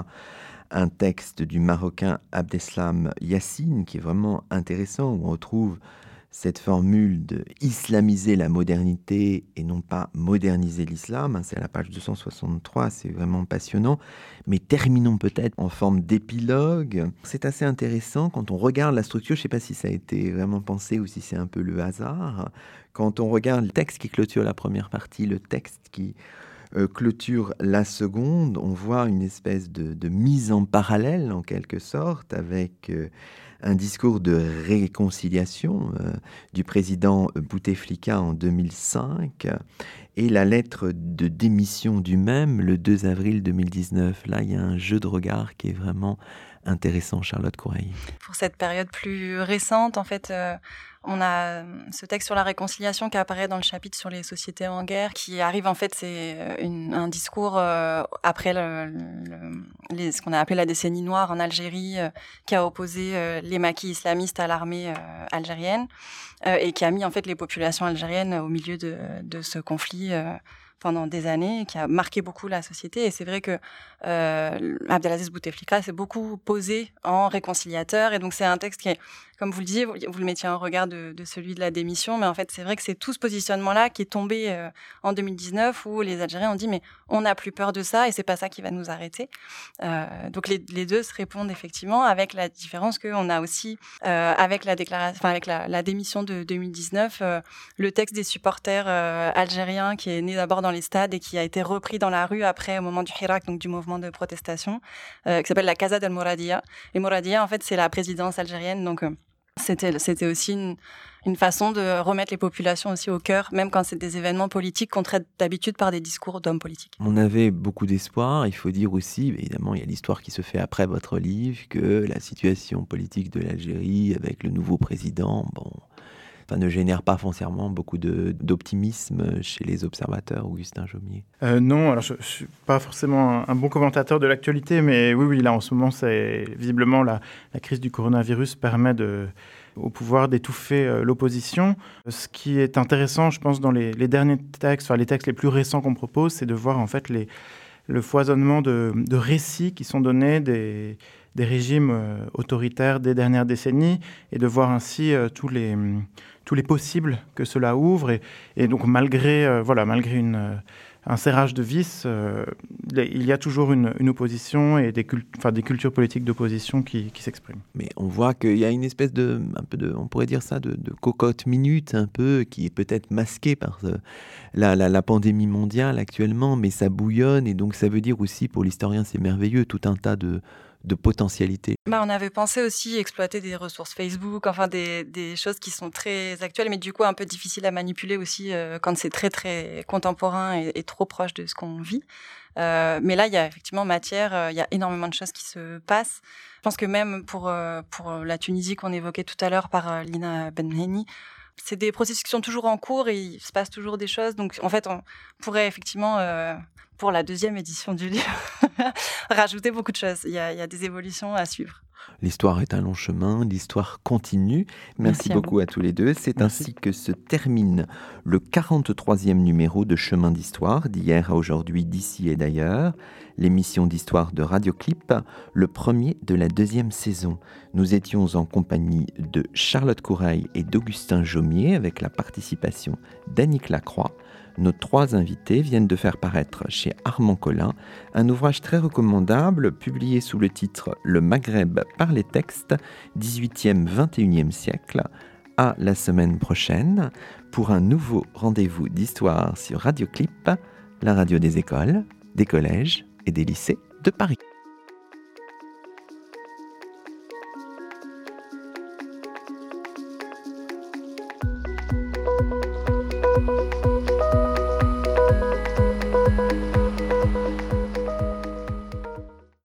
Un texte du Marocain Abdeslam Yassine qui est vraiment intéressant, où on retrouve cette formule de islamiser la modernité et non pas moderniser l'islam. C'est à la page deux cent soixante-trois, c'est vraiment passionnant. Mais terminons peut-être en forme d'épilogue. C'est assez intéressant quand on regarde la structure, je ne sais pas si ça a été vraiment pensé ou si c'est un peu le hasard. Quand on regarde le texte qui clôture la première partie, le texte qui euh, clôture la seconde, on voit une espèce de, de mise en parallèle en quelque sorte avec... Euh, un discours de réconciliation euh, du président Bouteflika en deux mille cinq et la lettre de démission du même le deux avril deux mille dix-neuf. Là, il y a un jeu de regard qui est vraiment intéressant, Charlotte Courailly.
Pour cette période plus récente, en fait, euh, on a ce texte sur la réconciliation qui apparaît dans le chapitre sur les sociétés en guerre, qui arrive, en fait, c'est une, un discours euh, après le, le, les, ce qu'on a appelé la décennie noire en Algérie, euh, qui a opposé euh, les maquis islamistes à l'armée euh, algérienne euh, et qui a mis, en fait, les populations algériennes au milieu de, de ce conflit euh, pendant des années, qui a marqué beaucoup la société. Et c'est vrai que euh, Abdelaziz Bouteflika s'est beaucoup posé en réconciliateur. Et donc, c'est un texte qui est comme vous le disiez, vous, vous le mettiez en regard de, de celui de la démission, mais en fait, c'est vrai que c'est tout ce positionnement-là qui est tombé euh, en deux mille dix-neuf, où les Algériens ont dit, mais on n'a plus peur de ça, et c'est pas ça qui va nous arrêter. Euh, donc les, les deux se répondent effectivement, avec la différence qu'on a aussi, euh, avec la déclaration, enfin avec la, la démission de deux mille dix-neuf, euh, le texte des supporters euh, algériens qui est né d'abord dans les stades et qui a été repris dans la rue après, au moment du Hirak, donc du mouvement de protestation, euh, qui s'appelle la Casa del Mouradia. Et Mouradia, en fait, c'est la présidence algérienne, donc euh, C'était, c'était aussi une, une façon de remettre les populations aussi au cœur, même quand c'est des événements politiques qu'on traite d'habitude par des discours d'hommes politiques.
On avait beaucoup d'espoir. Il faut dire aussi, évidemment, il y a l'histoire qui se fait après votre livre, que la situation politique de l'Algérie avec le nouveau président, bon, enfin, ne génère pas foncièrement beaucoup de, d'optimisme chez les observateurs. Augustin Jaumier.
Euh, non, alors je ne suis pas forcément un, un bon commentateur de l'actualité, mais oui, oui, là en ce moment, c'est visiblement la, la crise du coronavirus permet de, au pouvoir d'étouffer euh, l'opposition. Ce qui est intéressant, je pense, dans les, les derniers textes, enfin les textes les plus récents qu'on propose, c'est de voir en fait les, le foisonnement de, de récits qui sont donnés des, des régimes euh, autoritaires des dernières décennies et de voir ainsi euh, tous les tous les possibles que cela ouvre et, et donc malgré euh, voilà malgré une euh, un serrage de vis, euh, il y a toujours une, une opposition et des, cult- enfin, des cultures politiques d'opposition qui, qui s'expriment.
Mais on voit qu'il y a une espèce de, un peu de, on pourrait dire ça, de, de cocotte minute un peu, qui est peut-être masquée par euh, la, la, la pandémie mondiale actuellement, mais ça bouillonne et donc ça veut dire aussi, pour l'historien, c'est merveilleux, tout un tas de de potentialité.
Bah, on avait pensé aussi exploiter des ressources Facebook, enfin des, des choses qui sont très actuelles, mais du coup un peu difficiles à manipuler aussi euh, quand c'est très très contemporain et, et trop proche de ce qu'on vit. Euh, mais là, il y a effectivement matière, euh, il y a énormément de choses qui se passent. Je pense que même pour, euh, pour la Tunisie qu'on évoquait tout à l'heure par euh, Lina Benheni, c'est des processus qui sont toujours en cours et il se passe toujours des choses. Donc en fait, on pourrait effectivement... Euh, pour la deuxième édition du livre, rajouter beaucoup de choses. Il y a, il y a des évolutions à suivre.
L'histoire est un long chemin, l'histoire continue. Merci, Merci beaucoup à, à tous les deux. C'est Merci. Ainsi que se termine le quarante-troisième numéro de Chemin d'Histoire, d'hier à aujourd'hui, d'ici et d'ailleurs, l'émission d'histoire de Radioclip, le premier de la deuxième saison. Nous étions en compagnie de Charlotte Courail et d'Augustin Jaumier, avec la participation d'Annick Lacroix. Nos trois invités viennent de faire paraître chez Armand Collin un ouvrage très recommandable publié sous le titre « Le Maghreb par les textes, dix-huitième vingt et unième siècle ». À la semaine prochaine pour un nouveau rendez-vous d'histoire sur Radioclip, la radio des écoles, des collèges et des lycées de Paris.